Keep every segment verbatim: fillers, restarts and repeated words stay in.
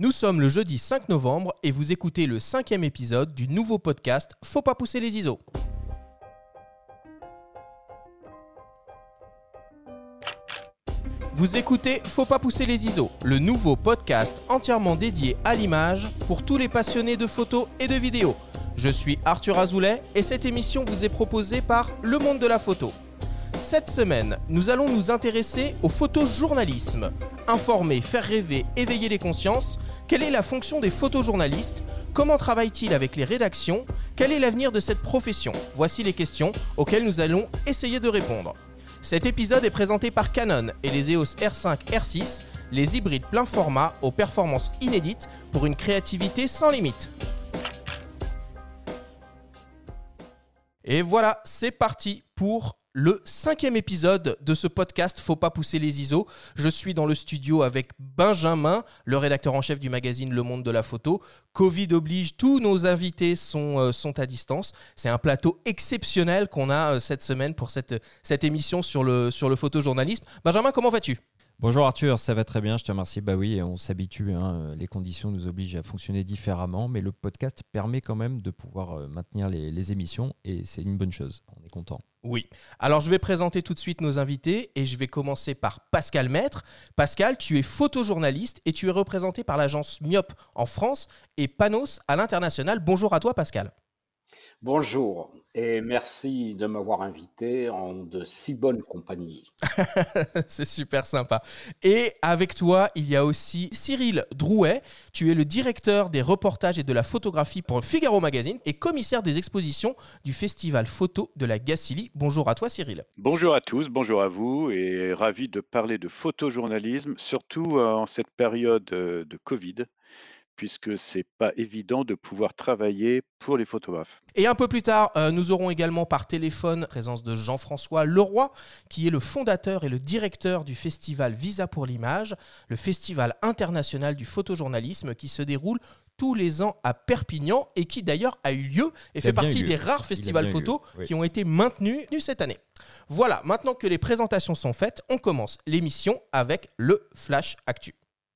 Nous sommes le jeudi cinq novembre et vous écoutez le cinquième épisode du nouveau podcast Faut pas pousser les I S O. Vous écoutez Faut pas pousser les I S O, le nouveau podcast entièrement dédié à l'image pour tous les passionnés de photos et de vidéos. Je suis Arthur Azoulay et cette émission vous est proposée par Le Monde de la Photo. Cette semaine, nous allons nous intéresser au photojournalisme. Informer, faire rêver, éveiller les consciences. Quelle est la fonction des photojournalistes ? Comment travaillent-ils avec les rédactions ? Quel est l'avenir de cette profession ? Voici les questions auxquelles nous allons essayer de répondre. Cet épisode est présenté par Canon et les E O S R cinq R six, les hybrides plein format aux performances inédites pour une créativité sans limite. Et voilà, c'est parti pour le cinquième épisode de ce podcast Faut pas pousser les I S O. Je suis dans le studio avec Benjamin, le rédacteur en chef du magazine Le Monde de la Photo. Covid oblige, tous nos invités sont, euh, sont à distance. C'est un plateau exceptionnel qu'on a euh, cette semaine pour cette, cette émission sur le, sur le photojournalisme. Benjamin, comment vas-tu ? Bonjour Arthur, ça va très bien, je te remercie. Bah oui, on s'habitue, hein, les conditions nous obligent à fonctionner différemment, mais le podcast permet quand même de pouvoir euh, maintenir les, les émissions et c'est une bonne chose, on est content. Oui, alors je vais présenter tout de suite nos invités et je vais commencer par Pascal Maître. Pascal, tu es photojournaliste et tu es représenté par l'agence Myope en France et Panos à l'international. Bonjour à toi Pascal. Bonjour et merci de m'avoir invité en de si bonne compagnie. C'est super sympa. Et avec toi, il y a aussi Cyril Drouet. Tu es le directeur des reportages et de la photographie pour le Figaro Magazine et commissaire des expositions du Festival Photo de la Gacilly. Bonjour à toi Cyril. Bonjour à tous, bonjour à vous et ravi de parler de photojournalisme, surtout en cette période de Covid. Puisque c'est pas évident de pouvoir travailler pour les photographes. Et un peu plus tard, euh, nous aurons également par téléphone la présence de Jean-François Leroy, qui est le fondateur et le directeur du festival Visa pour l'image, le festival international du photojournalisme qui se déroule tous les ans à Perpignan et qui d'ailleurs a eu lieu et Il fait partie lieu. des rares festivals photo oui. qui ont été maintenus cette année. Voilà, maintenant que les présentations sont faites, on commence l'émission avec le Flash Actu.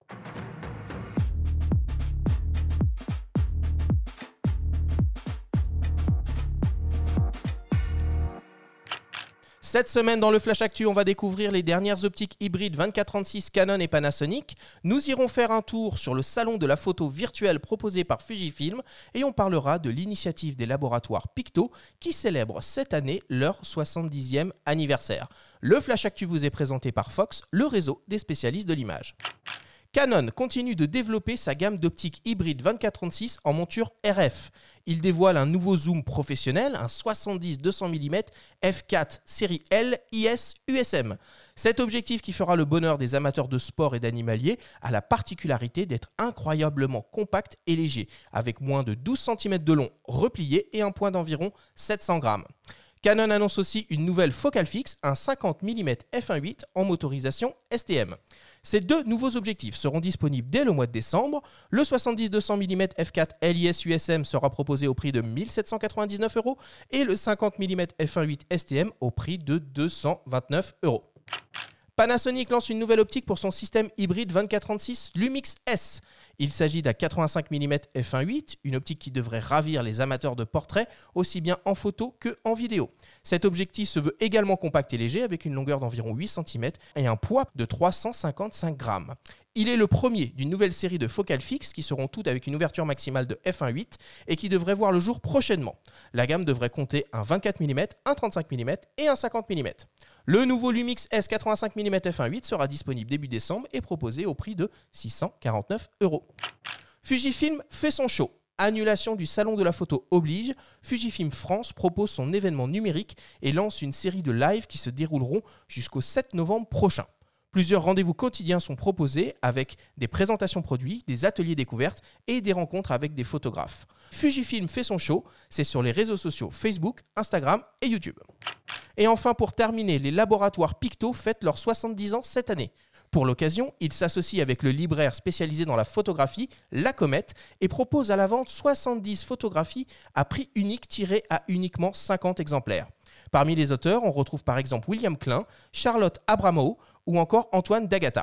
Cette semaine, dans le Flash Actu, on va découvrir les dernières optiques hybrides vingt-quatre trente-six Canon et Panasonic. Nous irons faire un tour sur le salon de la photo virtuelle proposé par Fujifilm et on parlera de l'initiative des laboratoires Picto qui célèbrent cette année leur soixante-dixième anniversaire. Le Flash Actu vous est présenté par Fox, le réseau des spécialistes de l'image. Canon continue de développer sa gamme d'optiques hybrides vingt-quatre trente-six en monture R F. Il dévoile un nouveau zoom professionnel, un soixante-dix deux cents millimètres f quatre série L I S U S M. Cet objectif qui fera le bonheur des amateurs de sport et d'animalier a la particularité d'être incroyablement compact et léger, avec moins de douze centimètres de long replié et un poids d'environ sept cents grammes. Canon annonce aussi une nouvelle focale fixe, un cinquante millimètres f un point huit en motorisation S T M. Ces deux nouveaux objectifs seront disponibles dès le mois de décembre. Le soixante-dix deux cents millimètres f quatre L I S U S M sera proposé au prix de mille sept cent quatre-vingt-dix-neuf euros et le cinquante millimètres f un point huit S T M au prix de deux cent vingt-neuf euros. Panasonic lance une nouvelle optique pour son système hybride vingt-quatre trente-six Lumix S. Il s'agit d'un quatre-vingt-cinq millimètres f un point huit, une optique qui devrait ravir les amateurs de portraits aussi bien en photo qu'en vidéo. Cet objectif se veut également compact et léger avec une longueur d'environ huit centimètres et un poids de trois cent cinquante-cinq grammes. Il est le premier d'une nouvelle série de focales fixes qui seront toutes avec une ouverture maximale de f un point huit et qui devraient voir le jour prochainement. La gamme devrait compter un vingt-quatre millimètres, un trente-cinq millimètres et un cinquante millimètres. Le nouveau Lumix S quatre-vingt-cinq millimètres f un point huit sera disponible début décembre et proposé au prix de six cent quarante-neuf euros. Fujifilm fait son show. Annulation du salon de la photo oblige, Fujifilm France propose son événement numérique et lance une série de lives qui se dérouleront jusqu'au sept novembre prochain. Plusieurs rendez-vous quotidiens sont proposés avec des présentations produits, des ateliers découvertes et des rencontres avec des photographes. Fujifilm fait son show, c'est sur les réseaux sociaux Facebook, Instagram et YouTube. Et enfin, pour terminer, les laboratoires Picto fêtent leurs soixante-dix ans cette année. Pour l'occasion, ils s'associent avec le libraire spécialisé dans la photographie, La Comète, et proposent à la vente soixante-dix photographies à prix unique tirées à uniquement cinquante exemplaires. Parmi les auteurs, on retrouve par exemple William Klein, Charlotte Abramow ou encore Antoine D'Agata.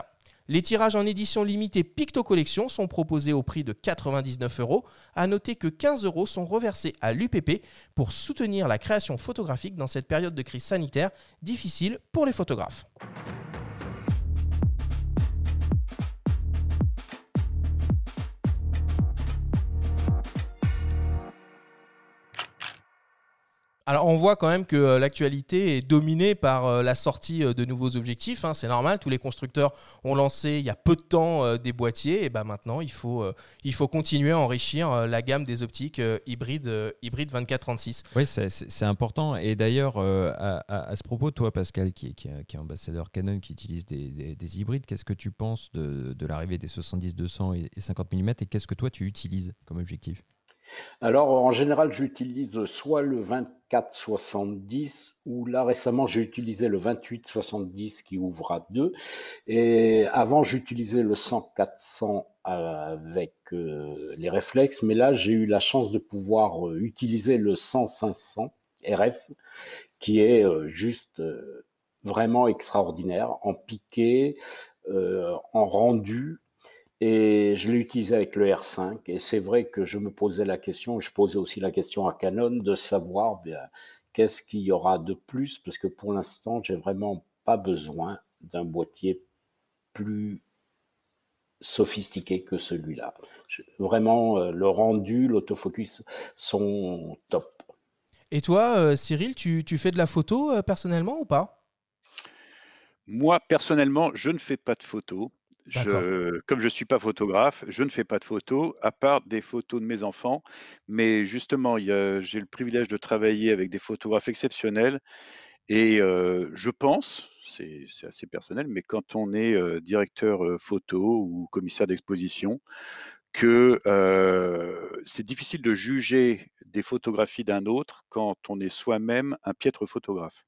Les tirages en édition limitée Picto Collection sont proposés au prix de quatre-vingt-dix-neuf euros. À noter que quinze euros sont reversés à l'U P P pour soutenir la création photographique dans cette période de crise sanitaire difficile pour les photographes. Alors on voit quand même que euh, l'actualité est dominée par euh, la sortie euh, de nouveaux objectifs, hein, c'est normal, tous les constructeurs ont lancé il y a peu de temps euh, des boîtiers, et ben maintenant il faut, euh, il faut continuer à enrichir euh, la gamme des optiques euh, hybrides, euh, hybrides vingt-quatre trente-six. Oui, c'est, c'est, c'est important. Et d'ailleurs, euh, à, à, à ce propos, toi Pascal, qui, qui, qui est ambassadeur Canon, qui utilise des, des, des hybrides, qu'est-ce que tu penses de, de l'arrivée des soixante-dix deux cents et, et cinquante millimètres, et qu'est-ce que toi tu utilises comme objectif? Alors, en général, j'utilise soit le vingt-quatre soixante-dix ou là, récemment, j'ai utilisé le vingt-huit soixante-dix qui ouvre à deux. Et avant, j'utilisais le cent quatre cents avec euh, les réflexes. Mais là, j'ai eu la chance de pouvoir euh, utiliser le cent cinq cents R F qui est euh, juste euh, vraiment extraordinaire en piqué, euh, en rendu. Et je l'ai utilisé avec le R cinq, et c'est vrai que je me posais la question, je posais aussi la question à Canon de savoir bien, qu'est-ce qu'il y aura de plus, parce que pour l'instant, j'ai vraiment pas besoin d'un boîtier plus sophistiqué que celui-là. Je, vraiment, le rendu, l'autofocus sont top. Et toi, euh, Cyril, tu, tu fais de la photo euh, personnellement ou pas? Moi, personnellement, je ne fais pas de photos. D'accord. Je, comme je ne suis pas photographe, je ne fais pas de photos, à part des photos de mes enfants. Mais justement, il y a- j'ai le privilège de travailler avec des photographes exceptionnels. Et euh, je pense, c'est c'est assez personnel, mais quand on est euh, directeur euh, photo ou commissaire d'exposition, que euh, c'est difficile de juger des photographies d'un autre quand on est soi-même un piètre photographe.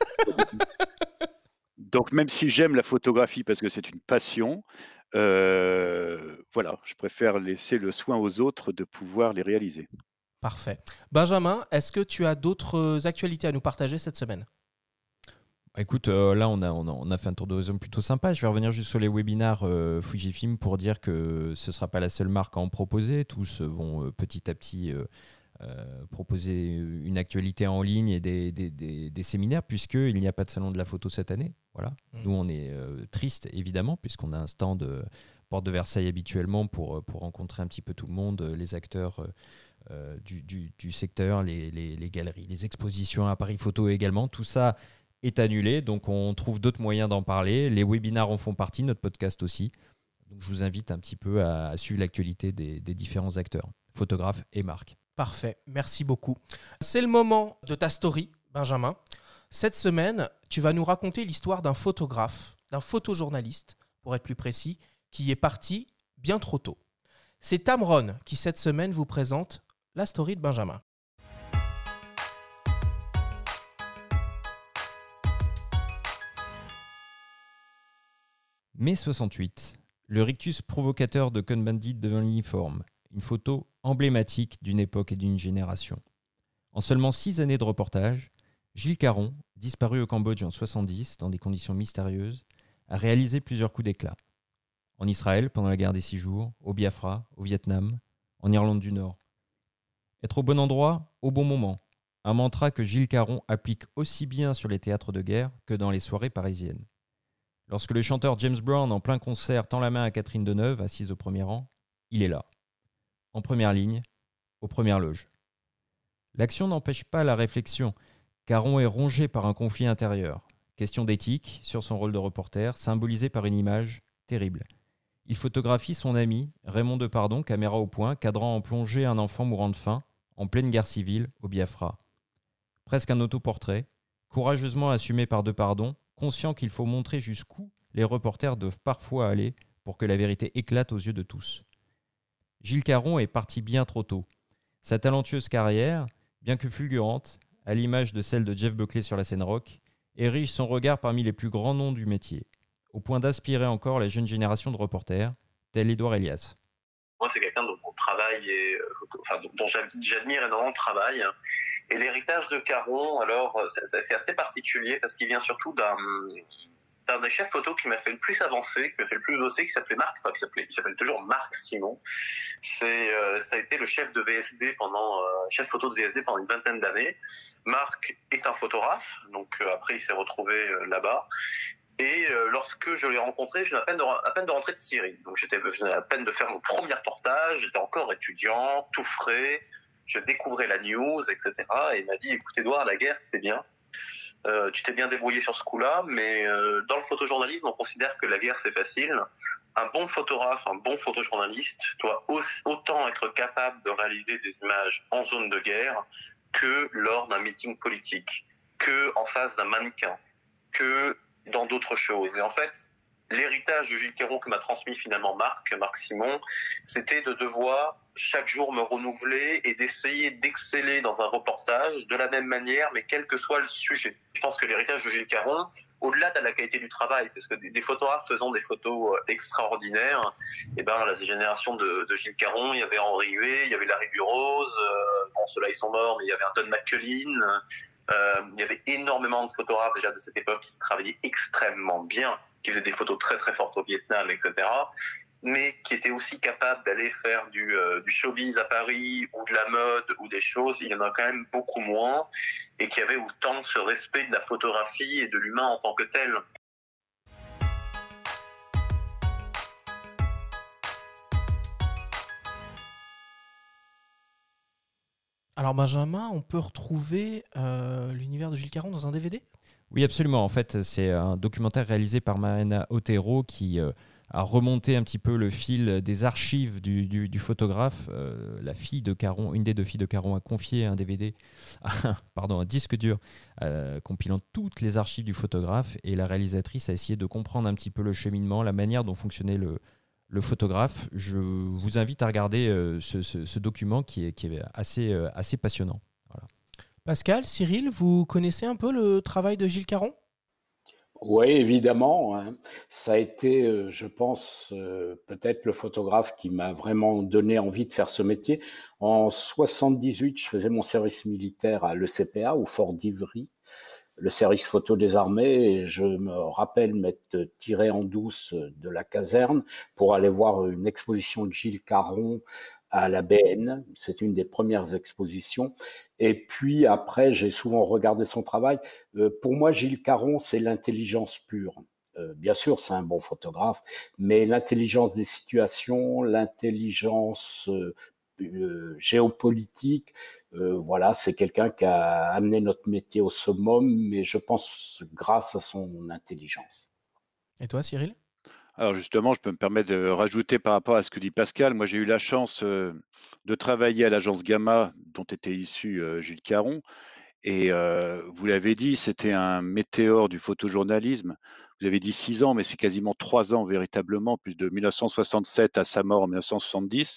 Donc même si j'aime la photographie parce que c'est une passion, heu, voilà, je préfère laisser le soin aux autres de pouvoir les réaliser. Parfait. Benjamin, est-ce que tu as d'autres actualités à nous partager cette semaine? Écoute, euh, là, on a, on, a, on a fait un tour d'horizon plutôt sympa. Je vais revenir juste sur les webinars euh, Fujifilm pour dire que ce ne sera pas la seule marque à en proposer. Tous vont euh, petit à petit euh, euh, proposer une actualité en ligne et des, des, des, des séminaires, puisqu'il n'y a pas de salon de la photo cette année. Voilà. Mmh. Nous, on est euh, triste, évidemment, puisqu'on a un stand euh, porte de Versailles habituellement pour, pour rencontrer un petit peu tout le monde, les acteurs euh, euh, du, du, du secteur, les, les, les galeries, les expositions à Paris Photo également. Tout ça est annulé, donc on trouve d'autres moyens d'en parler. Les webinars en font partie, notre podcast aussi. Donc je vous invite un petit peu à, à suivre l'actualité des, des différents acteurs, photographes et marques. Parfait, merci beaucoup. C'est le moment de ta story, Benjamin. Cette semaine, tu vas nous raconter l'histoire d'un photographe, d'un photojournaliste, pour être plus précis, qui est parti bien trop tôt. C'est Tamron qui, cette semaine, vous présente la story de Benjamin. mai soixante-huit, le rictus provocateur de Cohn-Bendit devant l'uniforme, une photo emblématique d'une époque et d'une génération. En seulement six années de reportage, Gilles Caron, disparu au Cambodge en soixante-dix dans des conditions mystérieuses, a réalisé plusieurs coups d'éclat. En Israël pendant la guerre des Six Jours, au Biafra, au Vietnam, en Irlande du Nord. Être au bon endroit, au bon moment, un mantra que Gilles Caron applique aussi bien sur les théâtres de guerre que dans les soirées parisiennes. Lorsque le chanteur James Brown, en plein concert, tend la main à Catherine Deneuve, assise au premier rang, il est là, en première ligne, aux premières loges. L'action n'empêche pas la réflexion. Caron est rongé par un conflit intérieur. Question d'éthique sur son rôle de reporter, symbolisé par une image terrible. Il photographie son ami, Raymond Depardon, caméra au point, cadrant en plongée un enfant mourant de faim, en pleine guerre civile, au Biafra. Presque un autoportrait, courageusement assumé par Depardon, conscient qu'il faut montrer jusqu'où les reporters doivent parfois aller pour que la vérité éclate aux yeux de tous. Gilles Caron est parti bien trop tôt. Sa talentueuse carrière, bien que fulgurante, à l'image de celle de Jeff Buckley sur la scène rock, érige son regard parmi les plus grands noms du métier, au point d'aspirer encore la jeune génération de reporters, tel Édouard Elias. Moi, c'est quelqu'un dont mon travail est, enfin, dont j'admire énormément le travail. Et l'héritage de Caron, alors, c'est assez particulier parce qu'il vient surtout d'un, un des chefs photo qui m'a fait le plus avancer, qui m'a fait le plus bosser, qui s'appelait Marc, enfin, qui s'appelait, il s'appelle toujours Marc Simon. C'est, euh, ça a été le chef de V S D pendant, euh, chef photo de V S D pendant une vingtaine d'années. Marc est un photographe, donc euh, après il s'est retrouvé euh, là-bas. Et euh, lorsque je l'ai rencontré, je venais à peine de, à peine de rentrer de Syrie. Donc j'étais, je venais à peine de faire mon premier reportage, j'étais encore étudiant, tout frais, je découvrais la news, et cetera. Et il m'a dit, écoute Edouard, la guerre c'est bien. Euh, tu t'es bien débrouillé sur ce coup-là, mais euh, dans le photojournalisme, on considère que la guerre c'est facile. Un bon photographe, un bon photojournaliste doit autant être capable de réaliser des images en zone de guerre que lors d'un meeting politique, que en face d'un mannequin, que dans d'autres choses. Et en fait, l'héritage de Gilles Caron que m'a transmis finalement Marc, Marc Simon, c'était de devoir chaque jour me renouveler et d'essayer d'exceller dans un reportage de la même manière, mais quel que soit le sujet. Je pense que l'héritage de Gilles Caron, au-delà de la qualité du travail, parce que des photographes faisant des photos extraordinaires, et ben la génération de, de Gilles Caron, il y avait Henri Huet, il y avait Larry Burroughs, euh, bon ceux-là ils sont morts, mais il y avait un Don McCullin. Euh, il y avait énormément de photographes déjà de cette époque qui travaillaient extrêmement bien, qui faisaient des photos très très fortes au Vietnam, et cetera, mais qui étaient aussi capables d'aller faire du, euh, du showbiz à Paris ou de la mode ou des choses. Il y en a quand même beaucoup moins, et qui avaient autant ce respect de la photographie et de l'humain en tant que tel. Alors Benjamin, on peut retrouver euh, l'univers de Gilles Caron dans un D V D ? Oui, absolument. En fait, c'est un documentaire réalisé par Mariana Otero qui euh, a remonté un petit peu le fil des archives du, du, du photographe. Euh, la fille de Caron, une des deux filles de Caron, a confié un D V D, pardon, un disque dur, euh, compilant toutes les archives du photographe. Et la réalisatrice a essayé de comprendre un petit peu le cheminement, la manière dont fonctionnait le, le photographe. Je vous invite à regarder euh, ce, ce, ce document qui est, qui est assez, euh, assez passionnant. Voilà. Pascal, Cyril, vous connaissez un peu le travail de Gilles Caron ? Oui, évidemment. Hein. Ça a été, euh, je pense, euh, peut-être le photographe qui m'a vraiment donné envie de faire ce métier. En soixante-dix-huit, je faisais mon service militaire à l'E C P A, au Fort d'Ivry, le service photo des armées, et je me rappelle m'être tiré en douce de la caserne pour aller voir une exposition de Gilles Caron à la B N. C'est une des premières expositions. Et puis après, j'ai souvent regardé son travail. Euh, pour moi, Gilles Caron, c'est l'intelligence pure. Euh, bien sûr, c'est un bon photographe, mais l'intelligence des situations, l'intelligence euh, euh, géopolitique, euh, voilà, c'est quelqu'un qui a amené notre métier au summum, mais je pense grâce à son intelligence. Et toi, Cyril ? Alors justement, je peux me permettre de rajouter par rapport à ce que dit Pascal. Moi, j'ai eu la chance euh, de travailler à l'agence Gamma, dont était issu euh, Gilles Caron. Et euh, vous l'avez dit, c'était un météore du photojournalisme. Vous avez dit six ans, mais c'est quasiment trois ans véritablement, plus de mille neuf cent soixante-sept à sa mort en mille neuf cent soixante-dix.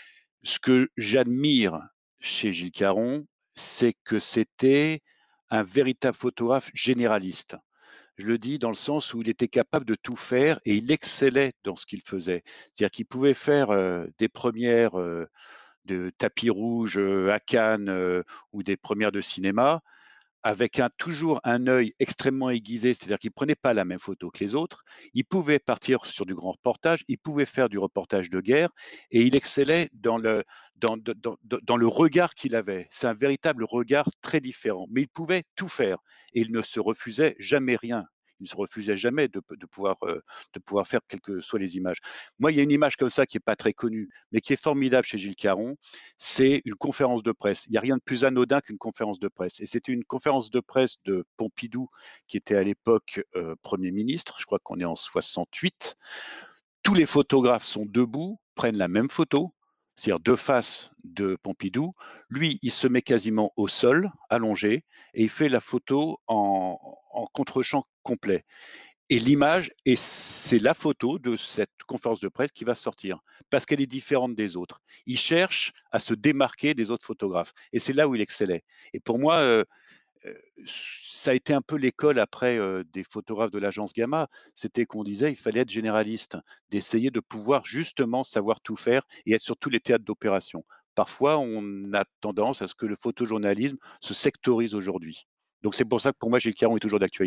Ce que j'admire chez Gilles Caron, c'est que c'était un véritable photographe généraliste. Je le dis dans le sens où il était capable de tout faire et il excellait dans ce qu'il faisait. C'est-à-dire qu'il pouvait faire euh, des premières euh, de tapis rouge euh, à Cannes euh, ou des premières de cinéma avec un, toujours un œil extrêmement aiguisé, c'est-à-dire qu'il ne prenait pas la même photo que les autres. Il pouvait partir sur du grand reportage, il pouvait faire du reportage de guerre et il excellait dans le, dans, dans, dans, dans le regard qu'il avait. C'est un véritable regard très différent, mais il pouvait tout faire et il ne se refusait jamais rien. Il ne se refusait jamais de, de, pouvoir, euh, de pouvoir faire quelles que soient les images. Moi, il y a une image comme ça qui n'est pas très connue, mais qui est formidable chez Gilles Caron. C'est une conférence de presse. Il n'y a rien de plus anodin qu'une conférence de presse. Et c'était une conférence de presse de Pompidou, qui était à l'époque euh, Premier ministre. Je crois qu'on est en soixante-huit. Tous les photographes sont debout, prennent la même photo, c'est-à-dire deux faces de Pompidou. Lui, il se met quasiment au sol, allongé, et il fait la photo en, en contre-champ complet. Et l'image, et c'est la photo de cette conférence de presse qui va sortir, parce qu'elle est différente des autres. Il cherche à se démarquer des autres photographes, et c'est là où il excellait. Et pour moi, euh, euh, ça a été un peu l'école après euh, des photographes de l'agence Gamma. C'était qu'on disait il fallait être généraliste, d'essayer de pouvoir justement savoir tout faire et être sur tous les théâtres d'opération. Parfois, on a tendance à ce que le photojournalisme se sectorise aujourd'hui. Donc c'est pour ça que pour moi, Gilles Caron est toujours d'actualité.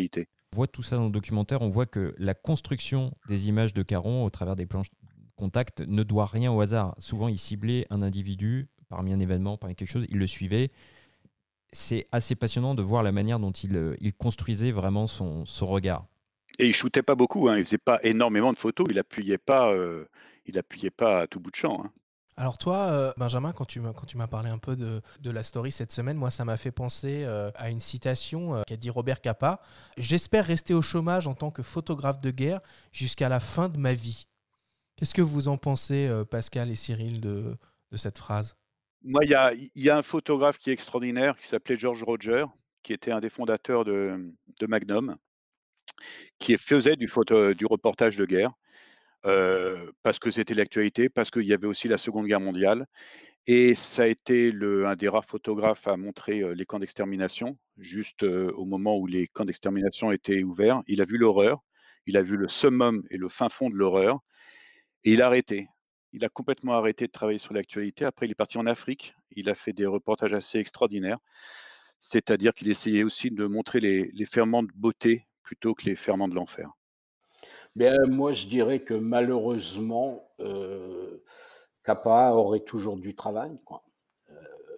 On voit tout ça dans le documentaire, on voit que la construction des images de Caron au travers des planches contact ne doit rien au hasard. Souvent, il ciblait un individu parmi un événement, parmi quelque chose, il le suivait. C'est assez passionnant de voir la manière dont il, il construisait vraiment son, son regard. Et il shootait pas beaucoup, hein. Il faisait pas énormément de photos, il appuyait pas, euh, il appuyait pas à tout bout de champ, hein. Alors toi, euh, Benjamin, quand tu, m'as, quand tu m'as parlé un peu de, de la story cette semaine, moi, ça m'a fait penser euh, à une citation euh, qu'a dit Robert Capa. « J'espère rester au chômage en tant que photographe de guerre jusqu'à la fin de ma vie. » Qu'est-ce que vous en pensez, euh, Pascal et Cyril, de, de cette phrase ? Moi, il y a, il y a un photographe qui est extraordinaire, qui s'appelait George Roger, qui était un des fondateurs de, de Magnum, qui faisait du, photo, du reportage de guerre, euh, parce que c'était l'actualité, parce qu'il y avait aussi la Seconde Guerre mondiale. Et ça a été le, un des rares photographes à montrer euh, les camps d'extermination, juste euh, au moment où les camps d'extermination étaient ouverts. Il a vu l'horreur, il a vu le summum et le fin fond de l'horreur, et il a arrêté. Il a complètement arrêté de travailler sur l'actualité. Après, il est parti en Afrique. Il a fait des reportages assez extraordinaires. C'est-à-dire qu'il essayait aussi de montrer les, les ferments de beauté plutôt que les ferments de l'enfer. Bien, moi, je dirais que malheureusement, euh, Capa aurait toujours du travail, quoi. Euh,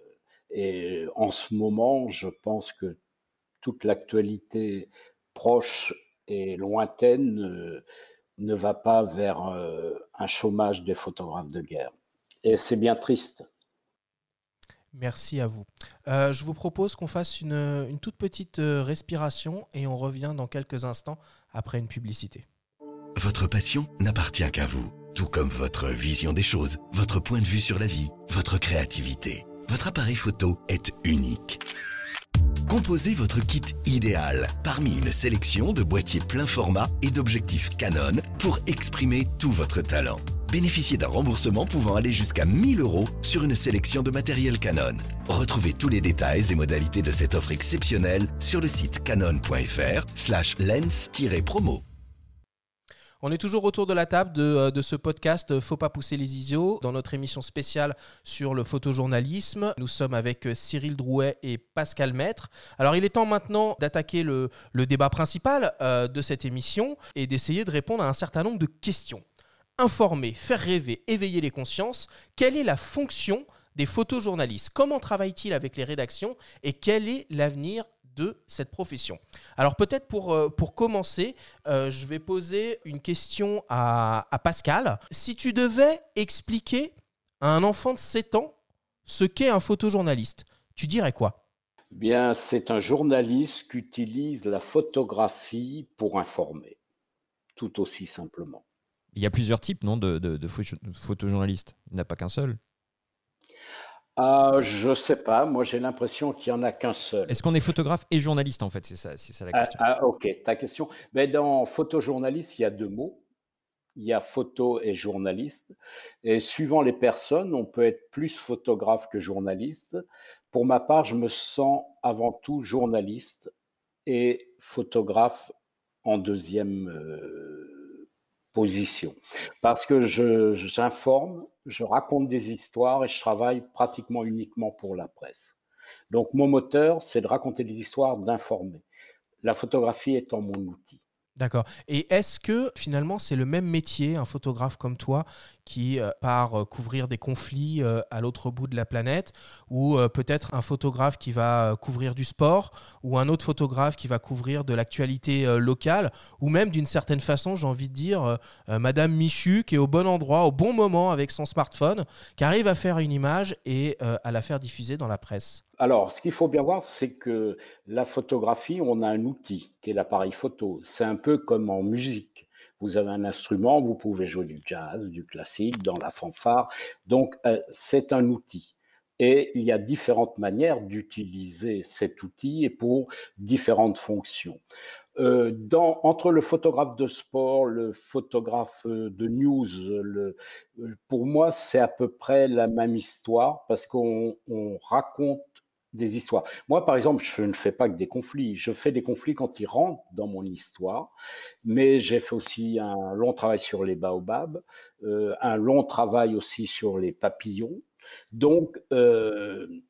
et en ce moment, je pense que toute l'actualité proche et lointaine euh, ne va pas vers euh, un chômage des photographes de guerre. Et c'est bien triste. Merci à vous. Euh, je vous propose qu'on fasse une, une toute petite euh, respiration et on revient dans quelques instants après une publicité. Votre passion n'appartient qu'à vous, tout comme votre vision des choses, votre point de vue sur la vie, votre créativité. Votre appareil photo est unique. Composez votre kit idéal parmi une sélection de boîtiers plein format et d'objectifs Canon pour exprimer tout votre talent. Bénéficiez d'un remboursement pouvant aller jusqu'à mille euros sur une sélection de matériel Canon. Retrouvez tous les détails et modalités de cette offre exceptionnelle sur le site canon.fr slash lens-promo. On est toujours autour de la table de, de ce podcast Faut pas pousser les isios dans notre émission spéciale sur le photojournalisme. Nous sommes avec Cyril Drouet et Pascal Maître. Alors il est temps maintenant d'attaquer le, le débat principal euh, de cette émission et d'essayer de répondre à un certain nombre de questions. Informer, faire rêver, éveiller les consciences. Quelle est la fonction des photojournalistes ? Comment travaillent-ils avec les rédactions et quel est l'avenir de cette profession ? Alors peut-être pour, euh, pour commencer, euh, je vais poser une question à, à Pascal. Si tu devais expliquer à un enfant de sept ans ce qu'est un photojournaliste, tu dirais quoi ? Bien, c'est un journaliste qui utilise la photographie pour informer, tout aussi simplement. Il y a plusieurs types, non, de, de, de photojournalistes. Il n'y en a pas qu'un seul. Euh, je sais pas, moi j'ai l'impression qu'il n'y en a qu'un seul. Est-ce qu'on est photographe et journaliste en fait ? C'est ça, c'est ça la question. Ah, ah, ok, ta question. Mais dans photojournaliste, il y a deux mots. Il y a photo et journaliste. Et suivant les personnes, on peut être plus photographe que journaliste. Pour ma part, je me sens avant tout journaliste et photographe en deuxième euh, position. Parce que je, j'informe, je raconte des histoires et je travaille pratiquement uniquement pour la presse. Donc mon moteur, c'est de raconter des histoires, d'informer. La photographie étant mon outil. D'accord. Et est-ce que finalement c'est le même métier, un photographe comme toi, qui euh, part euh, couvrir des conflits euh, à l'autre bout de la planète, ou euh, peut-être un photographe qui va euh, couvrir du sport, ou un autre photographe qui va couvrir de l'actualité euh, locale, ou même d'une certaine façon, j'ai envie de dire, euh, euh, Madame Michu qui est au bon endroit, au bon moment avec son smartphone, qui arrive à faire une image et euh, à la faire diffuser dans la presse. Alors, ce qu'il faut bien voir, c'est que la photographie, on a un outil qui est l'appareil photo. C'est un peu comme en musique. Vous avez un instrument, vous pouvez jouer du jazz, du classique, dans la fanfare. Donc, euh, c'est un outil. Et il y a différentes manières d'utiliser cet outil et pour différentes fonctions. Euh, dans, entre le photographe de sport, le photographe de news, le, pour moi, c'est à peu près la même histoire parce qu'on on raconte des histoires. Moi, par exemple, je ne fais pas que des conflits. Je fais des conflits quand ils rentrent dans mon histoire, mais j'ai fait aussi un long travail sur les baobabs, euh, un long travail aussi sur les papillons. Donc, euh,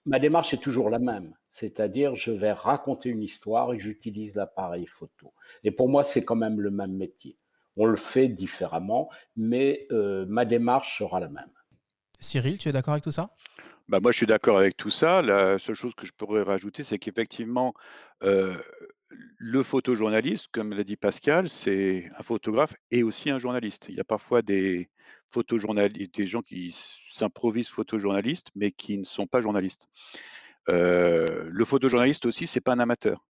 Ma démarche est toujours la même, c'est-à-dire je vais raconter une histoire et j'utilise l'appareil photo. Et pour moi, c'est quand même le même métier. On le fait différemment, mais euh, ma démarche sera la même. Cyril, tu es d'accord avec tout ça? Bah, moi, je suis d'accord avec tout ça. La seule chose que je pourrais rajouter, c'est qu'effectivement, heu, le photojournaliste, comme l'a dit Pascal, c'est un photographe et aussi un journaliste. Il y a parfois des photojournalistes, des gens qui s s'improvisent photojournalistes, mais qui ne sont pas journalistes. Heu, le photojournaliste aussi, c'est pas un amateur.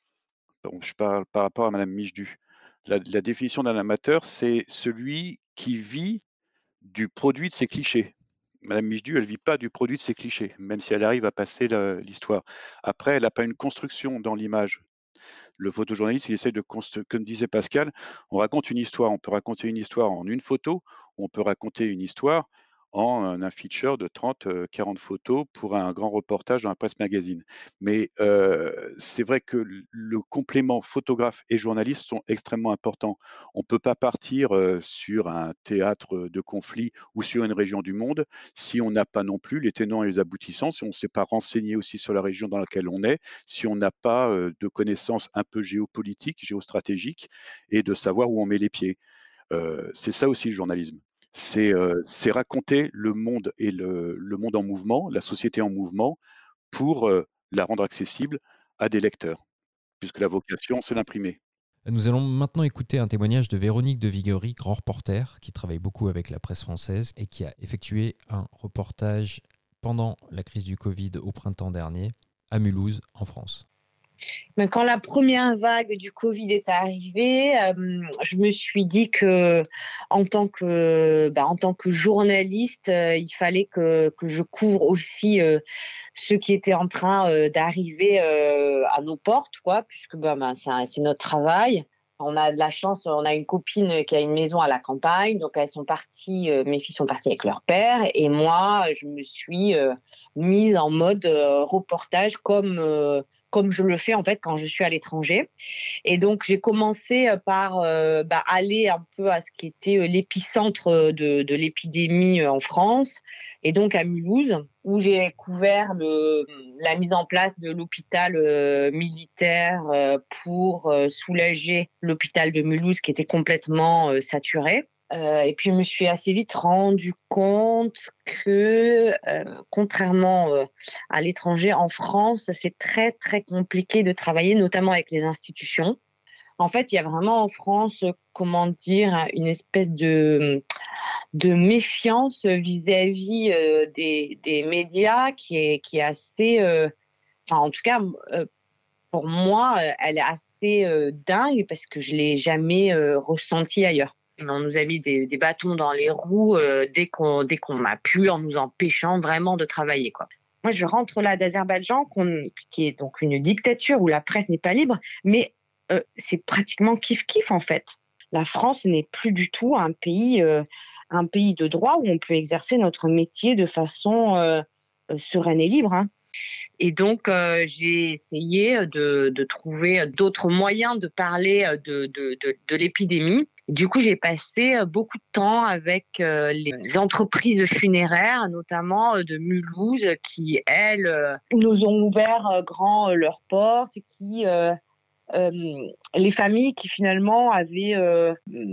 Bon, je parle par rapport à madame Michedu. La la définition d'un amateur, c'est celui qui vit du produit de ses clichés. Madame Michedu, elle vit pas du produit de ses clichés, même si elle arrive à passer le l'histoire. Après, elle a pas une construction dans l'image. Le photojournaliste, il essaie de const comme disait Pascal, on raconte une histoire. On peut raconter une histoire en une photo, on peut raconter une histoire en un un feature de trente, heu, quarante photos pour un grand reportage dans la presse magazine. Mais, heu, c'est vrai que l le complément photographe et journaliste sont extrêmement importants. On peut pas partir, heu, sur un théâtre, de conflit ou sur une région du monde si on n'a pas non plus les tenants et les aboutissants, si on ne s'est pas renseigné aussi sur la région dans laquelle on est, si on n'a pas, heu, de connaissances un peu géopolitiques, géostratégiques et de savoir où on met les pieds. Heu, c'est ça aussi le journalisme. C'est, heu, c'est raconter le monde et le le monde en mouvement, la société en mouvement pour, heu, la rendre accessible à des lecteurs, puisque la vocation, c'est d'imprimer. Nous allons maintenant écouter un témoignage de Véronique de Viguerie, grand reporter, qui travaille beaucoup avec la presse française et qui a effectué un reportage pendant la crise du Covid au printemps dernier à Mulhouse, en France. Mais quand la première vague du Covid est arrivée, euh, je me suis dit que, en tant que, bah, en tant que journaliste, euh, il fallait que, que je couvre aussi euh, ce qui était en train euh, d'arriver euh, à nos portes, quoi, puisque bah, bah, c'est, un- c'est notre travail. On a de la chance, on a une copine qui a une maison à la campagne, donc elles sont parties, euh, mes filles sont parties avec leur père, et moi, je me suis euh, mise en mode euh, reportage comme euh, comme je le fais en fait quand je suis à l'étranger. Et donc j'ai commencé euh, par euh, bah, aller un peu à ce qui était euh, l'épicentre de, de l'épidémie euh, en France, et donc à Mulhouse, où j'ai couvert le, la mise en place de l'hôpital euh, militaire euh, pour euh, soulager l'hôpital de Mulhouse qui était complètement euh, saturé. Euh, et puis je me suis assez vite rendu compte que, euh, contrairement euh, à l'étranger, en France, c'est très très compliqué de travailler, notamment avec les institutions. En fait, il y a vraiment en France, comment dire, une espèce de, de méfiance vis-à-vis euh, des, des médias qui est, qui est assez, euh, enfin en tout cas, euh, pour moi, euh, elle est assez euh, dingue parce que je l'ai jamais euh, ressentie ailleurs. On nous a mis des, des bâtons dans les roues euh, dès qu'on dès qu'on a pu, en nous empêchant vraiment de travailler, quoi. Moi, je rentre là d'Azerbaïdjan, qu'on, qui est donc une dictature où la presse n'est pas libre, mais euh, c'est pratiquement kiff-kiff en fait. La France n'est plus du tout un pays, euh, un pays de droit où on peut exercer notre métier de façon euh, euh, sereine et libre, hein. Et donc, euh, j'ai essayé de, de trouver d'autres moyens de parler de, de, de, de l'épidémie. Du coup, j'ai passé beaucoup de temps avec euh, les entreprises funéraires, notamment de Mulhouse, qui, elles, euh, nous ont ouvert euh, grand euh, leurs portes, qui... Euh, euh, les familles qui finalement avaient, euh,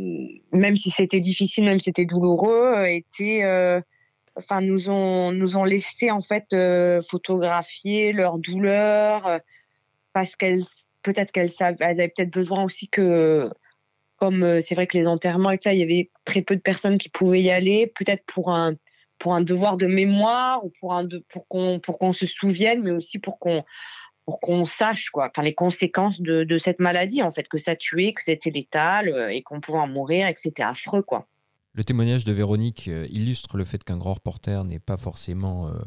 même si c'était difficile, même si c'était douloureux, euh, étaient... Euh, enfin nous ont nous ont laissé en fait euh, photographier leur douleur euh, parce qu'elles peut-être qu'elles savent, elles avaient peut-être besoin aussi que, comme euh, c'est vrai que les enterrements et tout ça, il y avait très peu de personnes qui pouvaient y aller, peut-être pour un pour un devoir de mémoire ou pour un de, pour qu'on pour qu'on se souvienne, mais aussi pour qu'on pour qu'on sache quoi, enfin les conséquences de de cette maladie en fait, que ça tuait, que c'était létal euh, et qu'on pouvait en mourir et que c'était affreux quoi. Le témoignage de Véronique euh, illustre le fait qu'un grand reporter n'est pas forcément euh,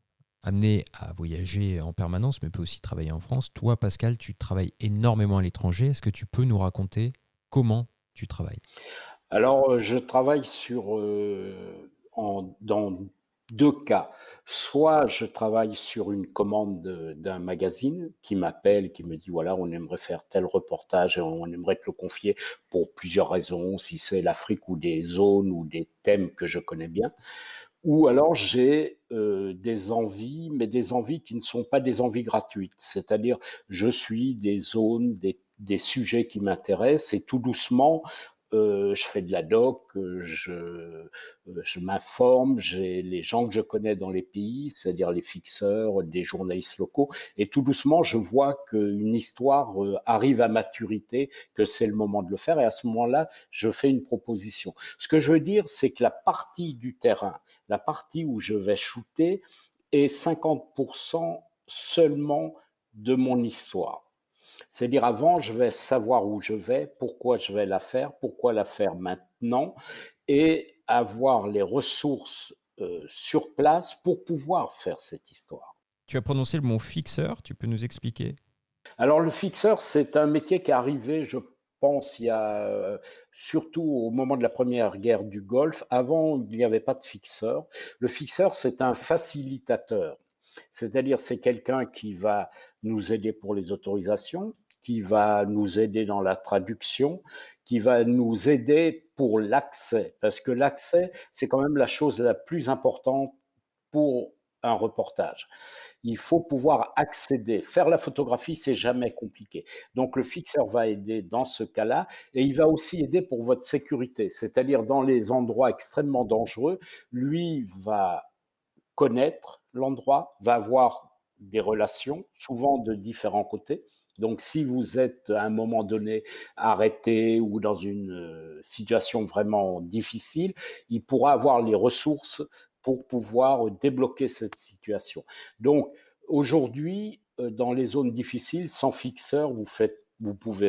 amené à voyager en permanence, mais peut aussi travailler en France. Toi, Pascal, tu travailles énormément à l'étranger. Est-ce que tu peux nous raconter comment tu travailles ? Alors, je travaille sur, euh, en, dans deux cas. Soit je travaille sur une commande de, d'un magazine qui m'appelle, qui me dit voilà, on aimerait faire tel reportage et on aimerait te le confier pour plusieurs raisons, si c'est l'Afrique ou des zones ou des thèmes que je connais bien. ou alors j'ai euh, des envies, mais des envies qui ne sont pas des envies gratuites. C'est-à-dire, je suis des zones, des, des sujets qui m'intéressent et tout doucement, euh, je fais de la doc, euh, je, euh, je m'informe, j'ai les gens que je connais dans les pays, c'est-à-dire les fixeurs, des journalistes locaux, et tout doucement, je vois qu'une histoire euh, arrive à maturité, que c'est le moment de le faire, et à ce moment-là, je fais une proposition. Ce que je veux dire, c'est que la partie du terrain, la partie où je vais shooter, est cinquante pour cent seulement de mon histoire. C'est-à-dire avant, je vais savoir où je vais, pourquoi je vais la faire, pourquoi la faire maintenant, et avoir les ressources euh, sur place pour pouvoir faire cette histoire. Tu as prononcé le mot fixeur, tu peux nous expliquer? Alors le fixeur, c'est un métier qui est arrivé, je pense, il y a euh, surtout au moment de la première guerre du Golfe. Avant, il n'y avait pas de fixeur. Le fixeur, c'est un facilitateur. C'est-à-dire, c'est quelqu'un qui va nous aider pour les autorisations, qui va nous aider dans la traduction, qui va nous aider pour l'accès. Parce que l'accès, c'est quand même la chose la plus importante pour un reportage. Il faut pouvoir accéder. Faire la photographie, c'est jamais compliqué. Donc le fixeur va aider dans ce cas-là et il va aussi aider pour votre sécurité. C'est-à-dire dans les endroits extrêmement dangereux, lui va connaître l'endroit, va avoir des relations, souvent de différents côtés. Donc, si vous êtes à un moment donné arrêté ou dans une euh, situation vraiment difficile, il pourra avoir les ressources pour pouvoir débloquer cette situation. Donc, aujourd'hui, euh, dans les zones difficiles, sans fixeur, vous faites, vous pouvez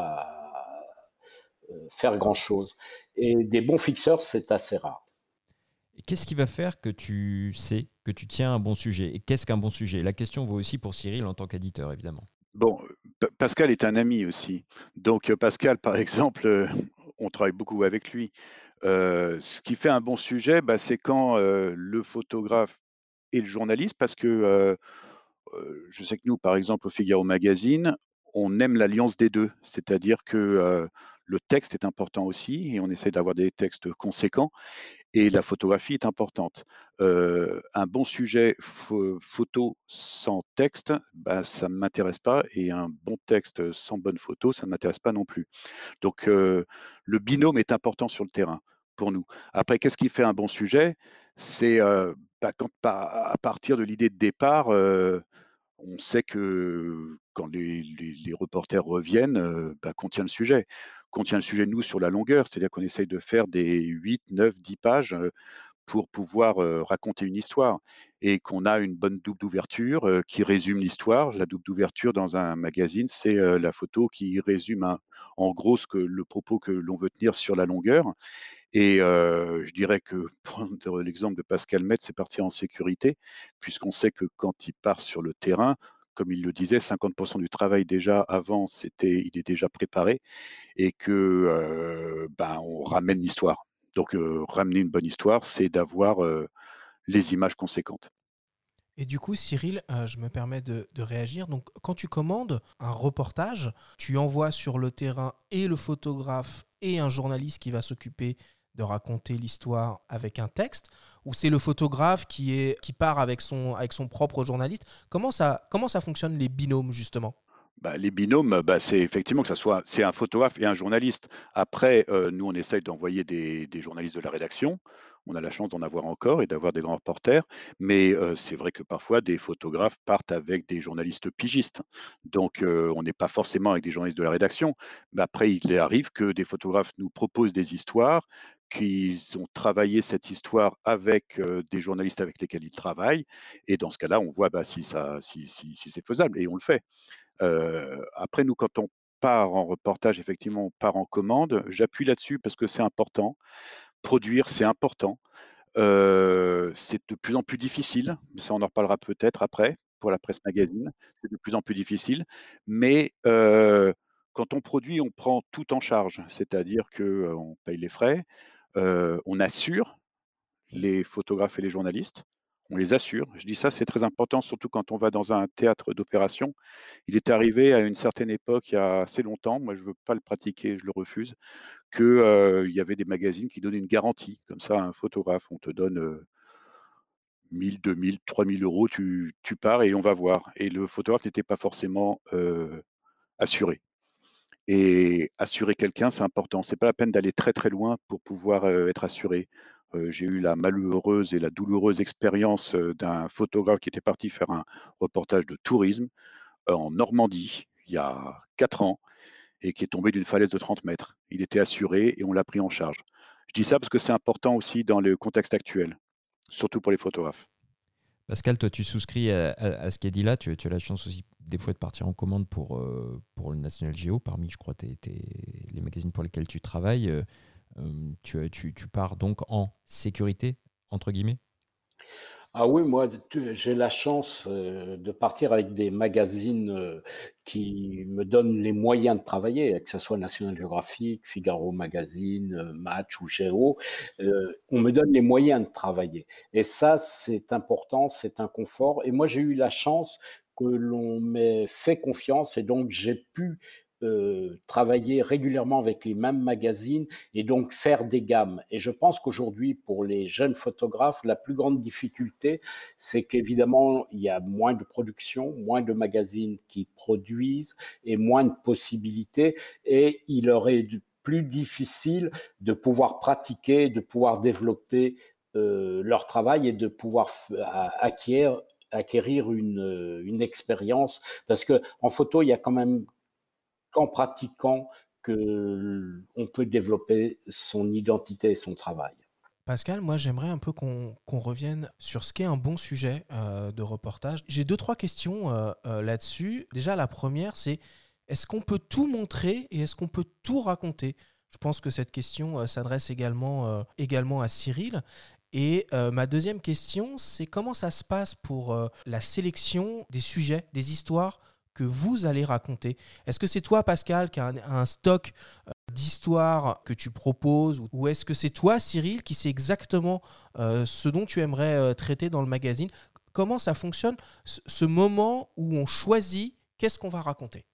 pas euh, faire grand-chose. Et des bons fixeurs, c'est assez rare. Et qu'est-ce qui va faire que tu sais que tu tiens un bon sujet? Et qu'est-ce qu'un bon sujet? La question vaut aussi pour Cyril en tant qu'éditeur, évidemment. Bon, Pa- Pascal est un ami aussi. Donc euh, Pascal, par exemple, euh, on travaille beaucoup avec lui. Euh, ce qui fait un bon sujet, bah, c'est quand euh, le photographe et le journaliste, parce que euh, euh, je sais que nous, par exemple, au Figaro Magazine, on aime l'alliance des deux. C'est-à-dire que euh, le texte est important aussi, et on essaie d'avoir des textes conséquents. Et la photographie est importante. Euh, un bon sujet pho- photo sans texte, bah, ça ne m'intéresse pas, et un bon texte sans bonne photo, ça ne m'intéresse pas non plus. Donc euh, le binôme est important sur le terrain pour nous. Après, qu'est-ce qui fait un bon sujet? C'est euh, bah, quand, pa- à partir de l'idée de départ, euh, on sait que quand les, les- les reporters reviennent, euh, bah, qu'on tient le sujet. Qu'on tient le sujet, nous, sur la longueur, c'est-à-dire qu'on essaye de faire des huit, neuf, dix pages euh, pour pouvoir euh, raconter une histoire, et qu'on a une bonne double d'ouverture euh, qui résume l'histoire. La double d'ouverture dans un magazine, c'est euh, la photo qui résume un- en gros ce que, le propos que l'on veut tenir sur la longueur. Et heu, je dirais que prendre l'exemple de Pascal Metz, c'est partir en sécurité, puisqu'on sait que quand il part sur le terrain, comme il le disait, cinquante du travail déjà avant, c'était il est déjà préparé, et que, heu, ben, on ramène l'histoire. Donc heu, ramener une bonne histoire, c'est d'avoir, heu, les images conséquentes. Et du coup, Cyril, euh, je me permets de, de réagir. Donc, quand tu commandes un reportage, tu envoies sur le terrain et le photographe et un journaliste qui va s'occuper de raconter l'histoire avec un texte, ou c'est le photographe qui, est, qui part avec son, avec son propre journaliste? Comment ça, comment ça fonctionne les binômes, justement? Bah, les binômes, bah, c'est effectivement que ça soit c'est un photographe et un journaliste. Après, heu, nous, on essaye d'envoyer des des journalistes de la rédaction. On a la chance d'en avoir encore et d'avoir des grands reporters. Mais, heu, c'est vrai que parfois des photographes partent avec des journalistes pigistes. Donc, heu, on n'est pas forcément avec des journalistes de la rédaction. Mais après, il arrive que des photographes nous proposent des histoires, qu'ils ont travaillé cette histoire avec, heu, des journalistes avec lesquels ils travaillent, et dans ce cas-là, on voit, bah, si ça si si si c'est faisable, et on le fait. Heu, après nous, quand on part en reportage, effectivement, on part en commande. J'appuie là-dessus parce que c'est important. Produire, c'est important. Heu, c'est de plus en plus difficile, mais ça, on en reparlera peut-être après, pour la presse magazine. C'est de plus en plus difficile, mais heu, quand on produit, on prend tout en charge. C'est-à-dire que, heu, on paye les frais, heu, on assure les photographes et les journalistes, on les assure. Je dis ça, c'est très important, surtout quand on va dans un théâtre d'opération. Il est arrivé à une certaine époque, il y a assez longtemps, moi je ne veux pas le pratiquer, je le refuse, que, heu, il y avait des magazines qui donnaient une garantie, comme ça, à un photographe. On te donne, heu, mille, deux mille, trois mille euros, tu tu pars et on va voir et le photographe n'était pas forcément, heu, assuré et assurer quelqu'un, c'est important. C'est pas la peine d'aller très, très loin pour pouvoir, heu, être assuré. Heu, j'ai eu la malheureuse et la douloureuse expérience, heu, d'un photographe qui était parti faire un reportage de tourisme, heu, en Normandie, il y a quatre ans et qui est tombé d'une falaise de trente mètres. Il était assuré et on l'a pris en charge. Je dis ça parce que c'est important aussi dans le contexte actuel, surtout pour les photographes. Pascal, toi, tu souscris à, à- à ce qui est dit là. Tu, tu as la chance aussi des fois de partir en commande pour, euh, pour le National Geo, parmi, je crois, tes- tes- les magazines pour lesquels tu travailles. Euh, euh, tu, tu- tu pars donc en sécurité, entre guillemets. Ah oui, moi, tu- j'ai la chance euh, de partir avec des magazines euh, qui me donnent les moyens de travailler, que ce soit National Geographic, Figaro Magazine, euh, Match ou Géo. Euh, on me donne les moyens de travailler. Et ça, c'est important, c'est un confort. Et moi, j'ai eu la chance que l'on m'ait fait confiance et donc j'ai pu euh, travailler régulièrement avec les mêmes magazines et donc faire des gammes. Et je pense qu'aujourd'hui, pour les jeunes photographes, la plus grande difficulté, c'est qu'évidemment, il y a moins de production, moins de magazines qui produisent et moins de possibilités. Et il leur est plus difficile de pouvoir pratiquer, de pouvoir développer euh, leur travail et de pouvoir acquérir acquérir une, une expérience parce que en photo il y a quand même qu'en pratiquant qu'on peut développer son identité et son travail. Pascal, moi j'aimerais un peu qu'on qu'on revienne sur ce qu'est un bon sujet euh, de reportage. J'ai deux, trois questions euh, euh, là-dessus. Déjà, la première, c'est est-ce qu'on peut tout montrer et est-ce qu'on peut tout raconter? Je pense que cette question euh, s'adresse également, euh, également à Cyril. Et euh, ma deuxième question, c'est comment ça se passe pour euh, la sélection des sujets, des histoires que vous allez raconter? Est-ce que c'est toi, Pascal, qui a un, un stock d'histoire que tu proposes ou est-ce que c'est toi, Cyril, qui sait exactement euh, ce dont tu aimerais euh, traiter dans le magazine? Comment ça fonctionne, ce, ce moment où on choisit qu'est-ce qu'on va raconter?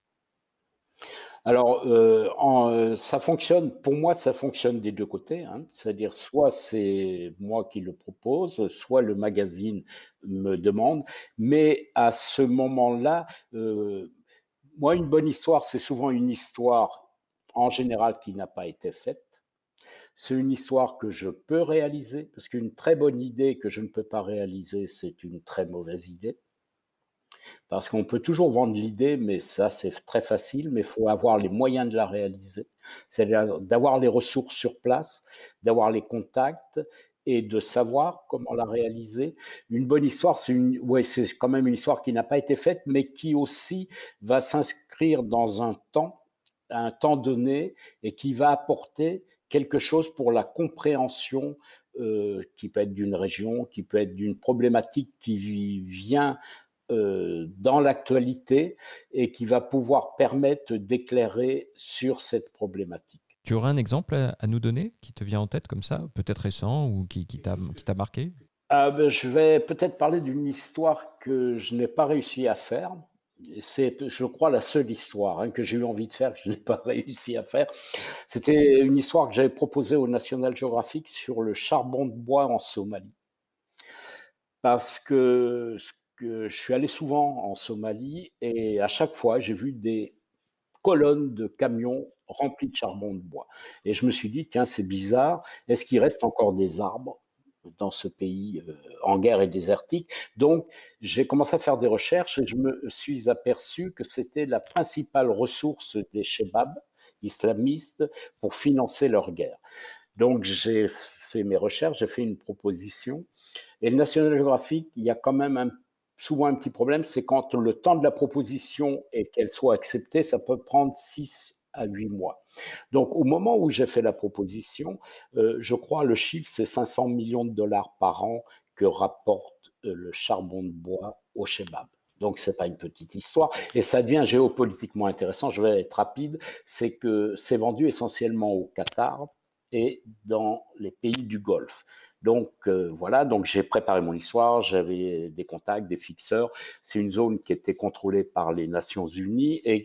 Alors, euh, en, euh, ça fonctionne, pour moi, ça fonctionne des deux côtés, hein. C'est-à-dire, soit c'est moi qui le propose, soit le magazine me demande. Mais à ce moment-là, euh, moi, une bonne histoire, c'est souvent une histoire, en général, qui n'a pas été faite. C'est une histoire que je peux réaliser, parce qu'une très bonne idée que je ne peux pas réaliser, c'est une très mauvaise idée. Parce qu'on peut toujours vendre l'idée, mais ça, c'est très facile, mais il faut avoir les moyens de la réaliser. C'est-à-dire d'avoir les ressources sur place, d'avoir les contacts et de savoir comment la réaliser. Une bonne histoire, c'est une, ouais, c'est quand même une histoire qui n'a pas été faite, mais qui aussi va s'inscrire dans un temps, un temps donné, et qui va apporter quelque chose pour la compréhension euh, qui peut être d'une région, qui peut être d'une problématique qui vient euh, dans l'actualité et qui va pouvoir permettre d'éclairer sur cette problématique. Tu aurais un exemple à, à nous donner qui te vient en tête comme ça, peut-être récent ou qui, qui t'a qui t'a marqué? Ah ben, je vais peut-être parler d'une histoire que je n'ai pas réussi à faire. C'est, je crois, la seule histoire hein, que j'ai eu envie de faire, que je n'ai pas réussi à faire. C'était une histoire que j'avais proposée au National Geographic sur le charbon de bois en Somalie. Parce que, que je suis allé souvent en Somalie et à chaque fois, j'ai vu des colonnes de camions remplis de charbon de bois. Et je me suis dit, tiens, c'est bizarre, est-ce qu'il reste encore des arbres dans ce pays euh, en guerre et désertique? Donc, j'ai commencé à faire des recherches et je me suis aperçu que c'était la principale ressource des chebabs islamistes pour financer leur guerre. Donc, j'ai fait mes recherches, j'ai fait une proposition. Et le National Geographic, il y a quand même un, souvent un petit problème, c'est quand le temps de la proposition et qu'elle soit acceptée, ça peut prendre six à huit mois. Donc, au moment où j'ai fait la proposition, euh, je crois le chiffre, c'est cinq cents millions de dollars par an que rapporte euh, le charbon de bois au Chebab. Donc, ce n'est pas une petite histoire. Et ça devient géopolitiquement intéressant. Je vais être rapide. C'est que c'est vendu essentiellement au Qatar et dans les pays du Golfe. Donc euh, voilà, donc j'ai préparé mon histoire, j'avais des contacts, des fixeurs. C'est une zone qui était contrôlée par les Nations Unies et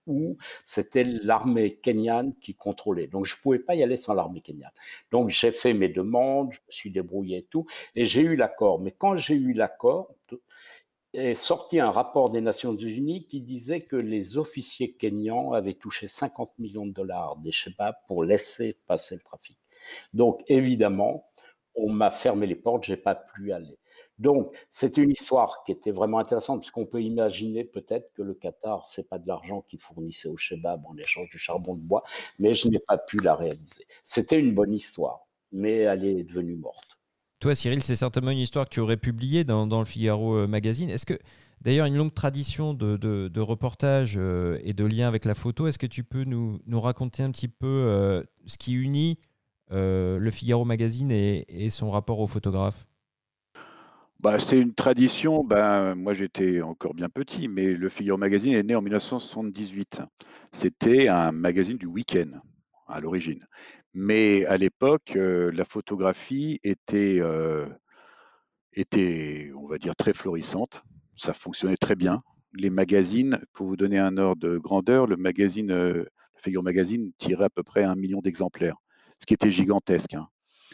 où c'était l'armée kenyane qui contrôlait. Donc, je ne pouvais pas y aller sans l'armée kenyane. Donc, j'ai fait mes demandes, je me suis débrouillé et tout, et j'ai eu l'accord. Mais quand j'ai eu l'accord, est sorti un rapport des Nations Unies qui disait que les officiers kenyans avaient touché cinquante millions de dollars des Shebabs pour laisser passer le trafic. Donc, évidemment, on m'a fermé les portes, je n'ai pas pu aller. Donc, c'est une histoire qui était vraiment intéressante, puisqu'on peut imaginer peut-être que le Qatar, ce n'est pas de l'argent qu'il fournissait aux Shebabs en échange du charbon de bois, mais je n'ai pas pu la réaliser. C'était une bonne histoire, mais elle est devenue morte. Toi, Cyril, c'est certainement une histoire que tu aurais publiée dans, dans le Figaro euh, Magazine. Est-ce que, d'ailleurs, une longue tradition de, de, de reportage euh, et de lien avec la photo, est-ce que tu peux nous, nous raconter un petit peu euh, ce qui unit euh, le Figaro Magazine et, et son rapport aux photographes ? Bah, c'est une tradition. Ben, moi, j'étais encore bien petit, mais le Figaro Magazine est né en mille neuf cent soixante-dix-huit. C'était un magazine du week-end à l'origine. Mais à l'époque, euh, la photographie était, euh, était, on va dire, très florissante. Ça fonctionnait très bien. Les magazines, pour vous donner un ordre de grandeur, le magazine, euh, le Figaro Magazine tirait à peu près un million d'exemplaires, ce qui était gigantesque, hein.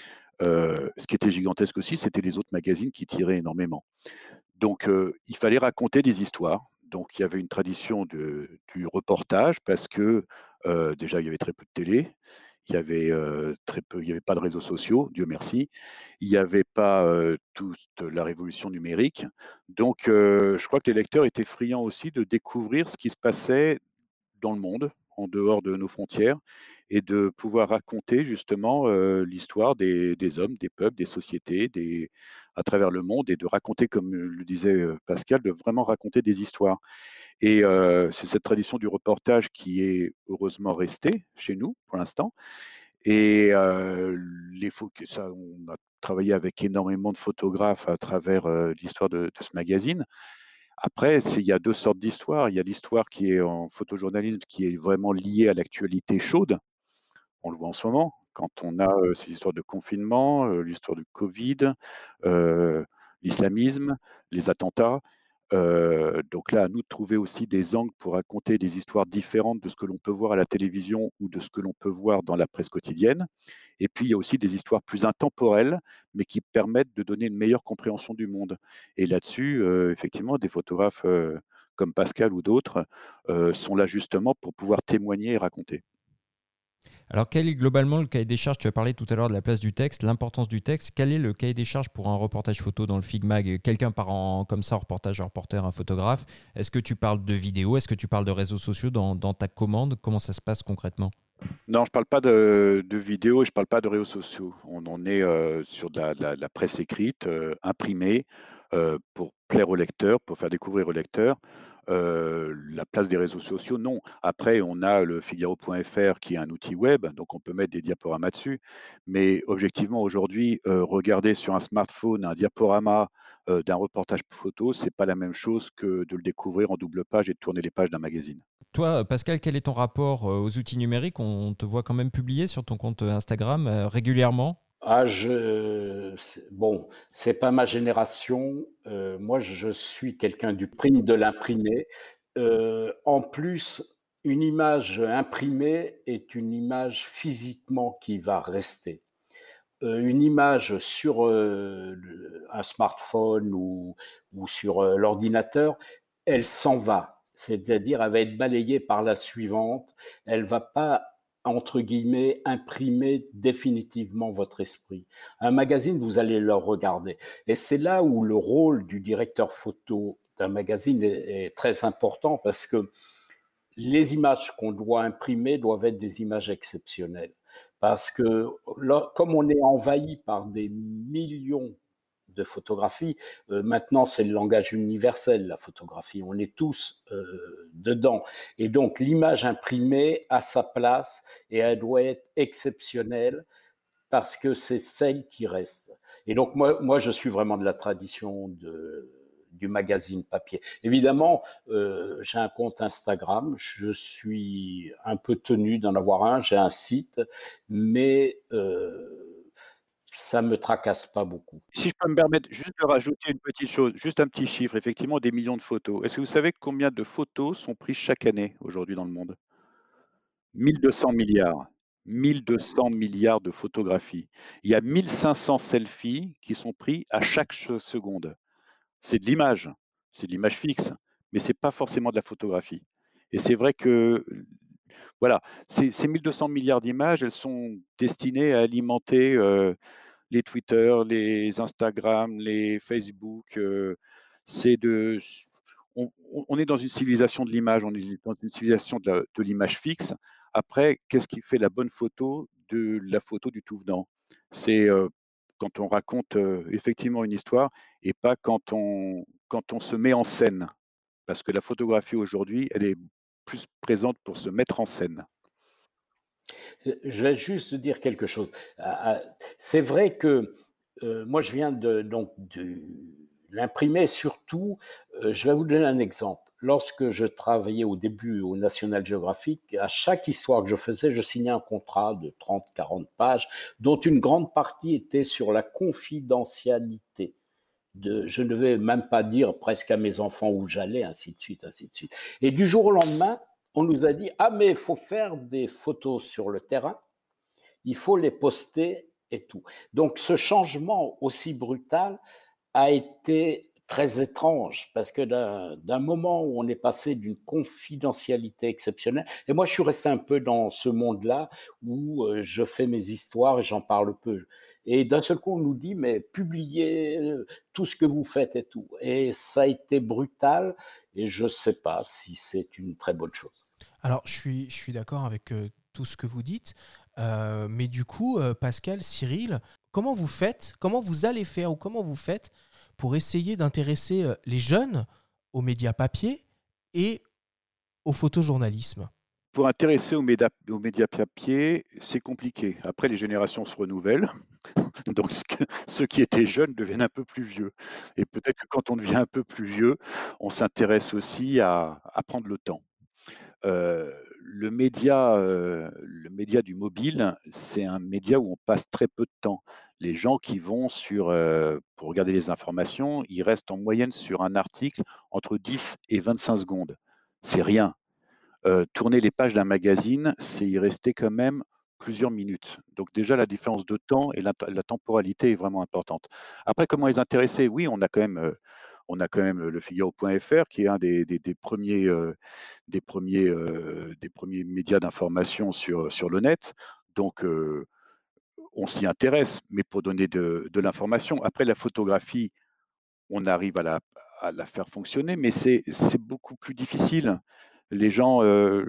Euh, ce qui était gigantesque aussi, c'était les autres magazines qui tiraient énormément. Donc, euh, il fallait raconter des histoires. Donc, il y avait une tradition de, du reportage parce que euh, déjà, il y avait très peu de télé, il y avait euh, très peu, il n'y avait pas de réseaux sociaux, Dieu merci. Il n'y avait pas euh, toute la révolution numérique. Donc, euh, je crois que les lecteurs étaient friands aussi de découvrir ce qui se passait dans le monde, en dehors de nos frontières, et de pouvoir raconter justement euh, l'histoire des, des hommes, des peuples, des sociétés, des, à travers le monde, et de raconter, comme le disait euh, Pascal, de vraiment raconter des histoires. Et euh, c'est cette tradition du reportage qui est heureusement restée chez nous pour l'instant. Et euh, les fo- ça, on a travaillé avec énormément de photographes à travers euh, l'histoire de, de ce magazine. Après, c'est- il y a deux sortes d'histoires. Il y a l'histoire qui est en photojournalisme, qui est vraiment liée à l'actualité chaude. On le voit en ce moment, quand on a euh, ces histoires de confinement, euh, l'histoire du Covid, euh, l'islamisme, les attentats. Euh, donc là, à nous de trouver aussi des angles pour raconter des histoires différentes de ce que l'on peut voir à la télévision ou de ce que l'on peut voir dans la presse quotidienne. Et puis, il y a aussi des histoires plus intemporelles, mais qui permettent de donner une meilleure compréhension du monde. Et là-dessus, euh, effectivement, des photographes euh, comme Pascal ou d'autres euh, sont là justement pour pouvoir témoigner et raconter. Alors, quel est globalement le cahier des charges ? Tu as parlé tout à l'heure de la place du texte, l'importance du texte. Quel est le cahier des charges pour un reportage photo dans le Figmag ? Quelqu'un part en, comme ça, en reportage, un reporter, un photographe. Est-ce que tu parles de vidéo ? Est-ce que tu parles de réseaux sociaux dans, dans ta commande ? Comment ça se passe concrètement ? Non, je ne parle pas de, de vidéo, je ne parle pas de réseaux sociaux. On en est euh, sur de la, de la- de la presse écrite, euh, imprimée, euh, pour plaire au lecteur, pour faire découvrir au lecteur. Euh, la place des réseaux sociaux, non. Après, on a le Figaro point F R qui est un outil web, donc on peut mettre des diaporamas dessus. Mais objectivement, aujourd'hui, euh, regarder sur un smartphone un diaporama euh, d'un reportage photo, c'est pas la même chose que de le découvrir en double page et de tourner les pages d'un magazine. Toi, Pascal, quel est ton rapport euh, aux outils numériques ? On te voit quand même publier sur ton compte Instagram euh, régulièrement ? Ah, je, c'est- bon, c'est pas ma génération. Euh, moi, je suis quelqu'un du print de l'imprimé. Euh, en plus, une image imprimée est une image physiquement qui va rester. Euh, une image sur euh, le- un smartphone ou, ou sur euh, l'ordinateur, elle s'en va. C'est-à-dire, elle va être balayée par la suivante. Elle va pas, entre guillemets, imprimer définitivement votre esprit. Un magazine, vous allez le regarder. Et c'est là où le rôle du directeur photo d'un magazine est, est très important parce que les images qu'on doit imprimer doivent être des images exceptionnelles. Parce que là, comme on est envahi par des millions de photographies, euh, maintenant c'est le langage universel, la photographie, on est tous euh, dedans. Et donc l'image imprimée a sa place et elle doit être exceptionnelle parce que c'est celle qui reste. Et donc moi, moi je suis vraiment de la tradition de du magazine papier. Évidemment, euh, j'ai un compte Instagram, je suis un peu tenu d'en avoir un, j'ai un site, mais euh, ça me tracasse pas beaucoup. Si je peux me permettre juste de rajouter une petite chose, juste un petit chiffre, effectivement, des millions de photos. Est-ce que vous savez combien de photos sont prises chaque année aujourd'hui dans le monde? mille deux cents milliards. mille deux cents milliards de photographies. Il y a mille cinq cents selfies qui sont pris à chaque che- seconde. C'est de l'image, c'est de l'image fixe, mais c'est pas forcément de la photographie. Et c'est vrai que, voilà, ces, ces mille deux cents milliards d'images, elles sont destinées à alimenter euh, les Twitter, les Instagram, les Facebook. euh, c'est de, on, on est dans une civilisation de l'image, on est dans une civilisation de, la- de l'image fixe. Après, qu'est-ce qui fait la bonne photo de la photo du tout venant? C'est euh, quand on raconte euh, effectivement une histoire et pas quand on, quand on se met en scène. Parce que la photographie aujourd'hui, elle est plus présente pour se mettre en scène. Je vais juste dire quelque chose. Ah, ah, C'est vrai que euh, moi, je viens de, donc, de l'imprimer. Surtout, euh, je vais vous donner un exemple. Lorsque je travaillais au début au National Geographic, à chaque histoire que je faisais, je signais un contrat de trente à quarante pages, dont une grande partie était sur la confidentialité. De, je ne devais même pas dire presque à mes enfants où j'allais, ainsi de suite, ainsi de suite. Et du jour au lendemain, on nous a dit « Ah, mais il faut faire des photos sur le terrain, il faut les poster et tout ». Donc, ce changement aussi brutal a été très étrange parce que d'un, d'un moment où on est passé d'une confidentialité exceptionnelle, et moi je suis resté un peu dans ce monde-là où euh, je fais mes histoires et j'en parle peu. Et d'un seul coup on nous dit mais publiez euh, tout ce que vous faites et tout. Et ça a été brutal et je ne sais pas si c'est une très bonne chose. Alors, je suis, je suis d'accord avec euh, tout ce que vous dites, euh, mais du coup, euh, Pascal, Cyril, comment vous faites, comment vous allez faire ou comment vous faites pour essayer d'intéresser euh, les jeunes aux médias papier et au photojournalisme? Pour intéresser aux médias, aux médias papier, c'est compliqué. Après, les générations se renouvellent. Donc, ce que- ceux qui étaient jeunes deviennent un peu plus vieux. Et peut-être que quand on devient un peu plus vieux, on s'intéresse aussi à, à prendre le temps. Euh, le média, euh, le média du mobile, c'est un média où on passe très peu de temps. Les gens qui vont sur, euh, pour regarder les informations, ils restent en moyenne sur un article entre dix et vingt-cinq secondes. C'est rien. Euh, tourner les pages d'un magazine, c'est y rester quand même plusieurs minutes. Donc déjà, la différence de temps et la, la temporalité est vraiment importante. Après, comment les intéresser? Oui, on a quand même, euh, on a quand même le Figaro point F R qui est un des, des, des premiers, euh, des, premiers, euh, des premiers médias d'information sur, sur le net. Donc, euh, on s'y intéresse, mais pour donner de, de l'information. Après, la photographie, on arrive à la, à la faire fonctionner, mais c'est c'est beaucoup plus difficile. Les gens, euh,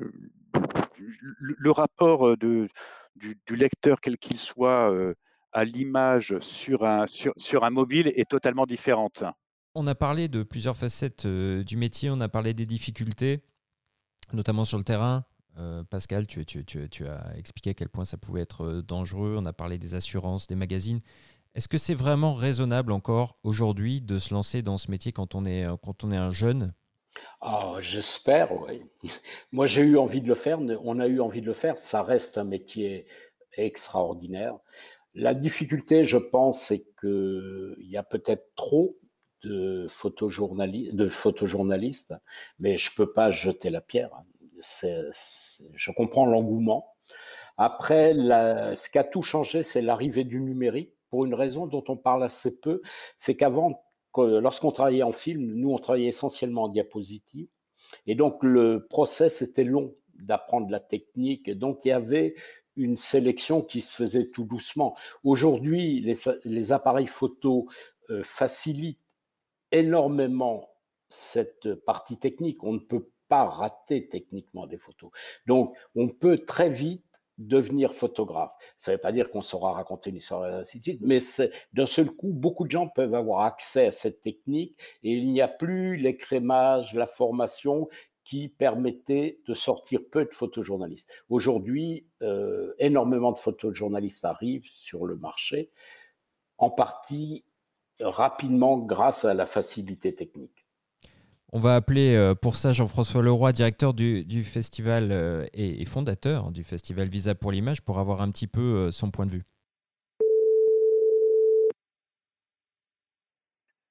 le, le rapport de, du, du lecteur, quel qu'il soit, euh, à l'image sur un, sur, sur un mobile est totalement différente. On a parlé de plusieurs facettes euh, du métier, on a parlé des difficultés, notamment sur le terrain. Euh, Pascal, tu, tu, tu, tu as expliqué à quel point ça pouvait être euh, dangereux. On a parlé des assurances, des magazines. Est-ce que c'est vraiment raisonnable encore aujourd'hui de se lancer dans ce métier quand on est, quand on est un jeune? Ah, j'espère, oui. Moi, j'ai eu envie de le faire, on a eu envie de le faire, ça reste un métier extraordinaire. La difficulté, je pense, c'est qu'il y a peut-être trop de, photojournali- de photojournalistes, mais je ne peux pas jeter la pierre. C'est, c'est- je comprends l'engouement. Après, la- ce qui a tout changé, c'est l'arrivée du numérique, pour une raison dont on parle assez peu, c'est qu'avant, que- lorsqu'on travaillait en film, nous, on travaillait essentiellement en diapositive, et donc le process était long d'apprendre la technique, et donc il y avait une sélection qui se faisait tout doucement. Aujourd'hui, les, les appareils photo euh, facilitent énormément cette partie technique. On ne peut pas rater techniquement des photos. Donc, on peut très vite devenir photographe. Ça ne veut pas dire qu'on saura raconter une histoire et ainsi de suite, mais d'un seul coup, beaucoup de gens peuvent avoir accès à cette technique et il n'y a plus l'écrémage, la formation qui permettait de sortir peu de photojournalistes. Aujourd'hui, euh, énormément de photojournalistes arrivent sur le marché, en partie rapidement grâce à la facilité technique. On va appeler euh, pour ça Jean-François Leroy, directeur du, du festival euh, et, et fondateur du festival Visa pour l'image, pour avoir un petit peu euh, son point de vue.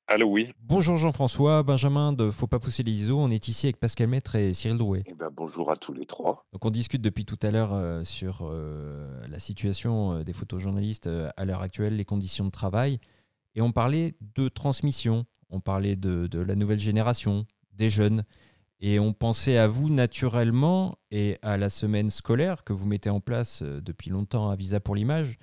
Allô, oui. Bonjour Jean-François, Benjamin de Faut pas pousser les I S O. On est ici avec Pascal Maître et Cyril Drouet. Eh ben, bonjour à tous les trois. Donc on discute depuis tout à l'heure euh, sur euh, la situation euh, des photojournalistes euh, à l'heure actuelle, les conditions de travail. Et on parlait de transmission, on parlait de, de la nouvelle génération, des jeunes. Et on pensait à vous naturellement et à la semaine scolaire que vous mettez en place euh, depuis longtemps à Visa pour l'image.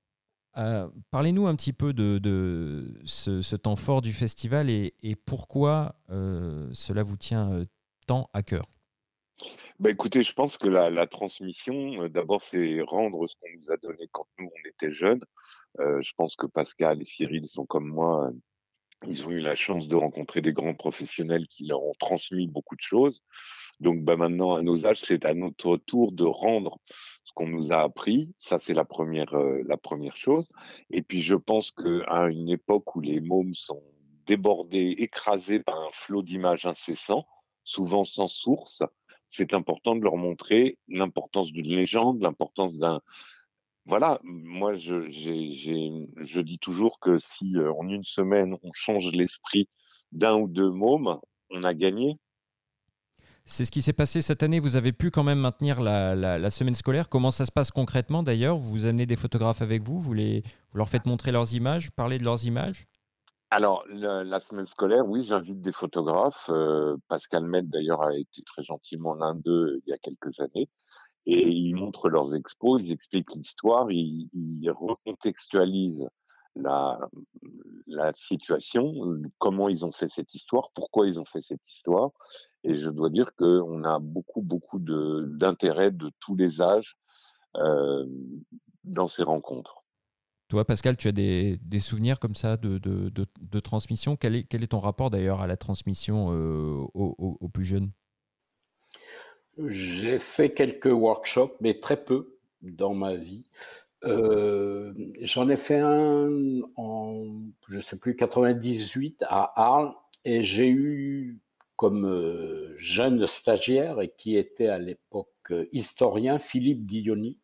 Euh, parlez-nous un petit peu de, de ce, ce temps fort du festival et, et pourquoi euh, cela vous tient euh, tant à cœur. Bah, écoutez, je pense que la, la transmission, euh, d'abord, c'est rendre ce qu'on nous a donné quand nous, on était jeunes. Euh, je pense que Pascal et Cyril sont comme moi. euh, Ils ont eu la chance de rencontrer des grands professionnels qui leur ont transmis beaucoup de choses. Donc, bah, maintenant, à nos âges, c'est à notre tour de rendre ce qu'on nous a appris. Ça, c'est la première, euh, la première chose. Et puis, je pense qu'à une époque où les mômes sont débordés, écrasés par un flot d'images incessant, souvent sans source, c'est important de leur montrer l'importance d'une légende, l'importance d'un... Voilà, moi, je, j'ai, j'ai, je dis toujours que si euh, en une semaine, on change l'esprit d'un ou deux mômes, on a gagné. C'est ce qui s'est passé cette année. Vous avez pu quand même maintenir la, la- la semaine scolaire. Comment ça se passe concrètement d'ailleurs? Vous amenez des photographes avec vous, vous, les, vous leur faites montrer leurs images, parler de leurs images? Alors, la, la semaine scolaire, oui, j'invite des photographes. euh, Pascal Med, d'ailleurs, a été très gentiment l'un d'eux il y a quelques années. Et ils montrent leurs expos, ils expliquent l'histoire, ils, ils recontextualisent la, la situation, comment ils ont fait cette histoire, pourquoi ils ont fait cette histoire. Et je dois dire qu'on a beaucoup, beaucoup de, d'intérêt de tous les âges euh, dans ces rencontres. Toi, Pascal, tu as des, des souvenirs comme ça de, de, de- de transmission. Quel est, quel est ton rapport d'ailleurs à la transmission euh, aux, aux- aux plus jeunes? J'ai fait quelques workshops, mais très peu dans ma vie. Euh, j'en ai fait un en, je sais plus, quatre-vingt-dix-huit à Arles, et j'ai eu comme euh, jeune stagiaire, et qui était à l'époque euh, historien, Philippe Guilloni.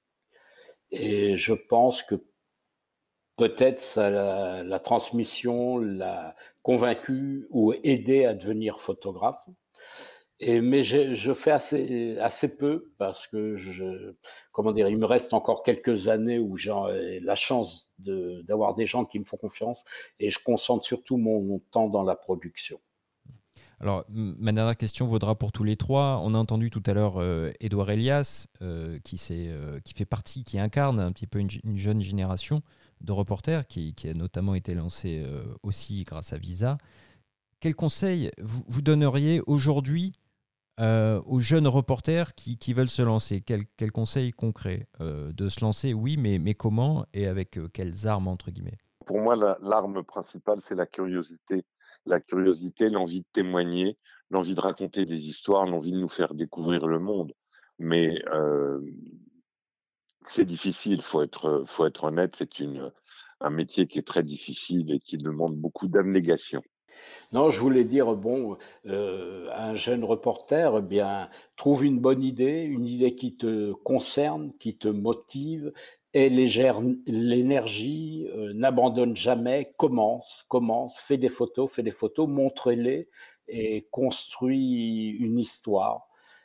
Et je pense que peut-être ça, la, la transmission l'a convaincu ou aidé à devenir photographe. Et, mais je, je fais assez, assez peu parce que je, comment dire, il me reste encore quelques années où j'ai la chance de, d'avoir des gens qui me font confiance, et je concentre surtout mon, mon temps dans la production. Alors, m- ma dernière question vaudra pour tous les trois. On a entendu tout à l'heure euh, Édouard Elias, euh, qui, s'est, euh, qui fait partie, qui incarne un petit peu une, g- une jeune génération de reporters, qui, qui a notamment été lancé euh, aussi grâce à Visa. Quel conseil vous, vous donneriez aujourd'hui euh, aux jeunes reporters qui, qui veulent se lancer? Quel, quel conseil concret euh, de se lancer, oui, mais, mais comment et avec euh, quelles armes, entre guillemets? Pour moi, la- l'arme principale, c'est la curiosité. La curiosité, l'envie de témoigner, l'envie de raconter des histoires, l'envie de nous faire découvrir le monde. Mais euh, c'est difficile, faut être, faut être honnête, c'est une, un métier qui est très difficile et qui demande beaucoup d'abnégation. Non, je voulais dire, bon, euh, un jeune reporter, eh bien, trouve une bonne idée, une idée qui te concerne, qui te motive, et légère l'énergie, euh, n'abandonne jamais, commence, commence, fais des photos, fais des photos, montre-les, et construis une histoire.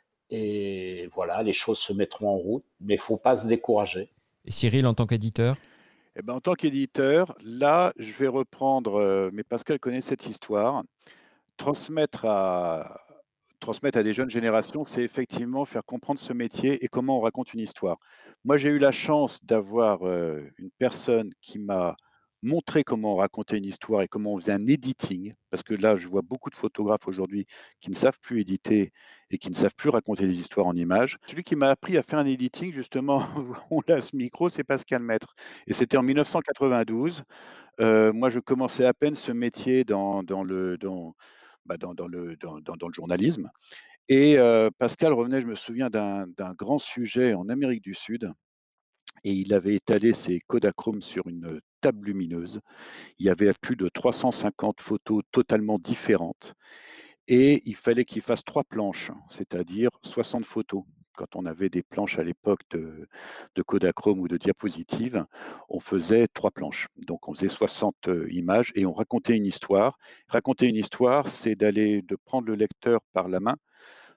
Et voilà, les choses se mettront en route, mais il faut pas se décourager. Et Cyril, en tant qu'éditeur? Eh ben, en tant qu'éditeur, là, je vais reprendre, euh, mais Pascal connaît cette histoire. Transmettre à, transmettre à des jeunes générations, c'est effectivement faire comprendre ce métier et comment on raconte une histoire. Moi, j'ai eu la chance d'avoir euh, une personne qui m'a montré comment on racontait une histoire et comment on faisait un editing, parce que là, je vois beaucoup de photographes aujourd'hui qui ne savent plus éditer et qui ne savent plus raconter des histoires en images. Celui qui m'a appris à faire un editing, justement, on a ce micro, c'est Pascal Maître. Et c'était en mille neuf cent quatre-vingt-douze. Euh, moi, je commençais à peine ce métier dans, dans le, dans, bah, dans, dans le, dans, dans- dans le journalisme. Et euh, Pascal revenait, je me souviens, d'un d'un grand sujet en Amérique du Sud. Et il avait étalé ses Kodachromes sur une table lumineuse. Il y avait plus de trois cent cinquante photos totalement différentes. Et il fallait qu'il fasse trois planches, c'est-à-dire soixante photos Quand on avait des planches à l'époque de de Kodachrome ou de diapositives, on faisait trois planches. Donc on faisait soixante, heu, images et on racontait une histoire. Raconter une histoire, c'est d'aller de prendre le lecteur par la main,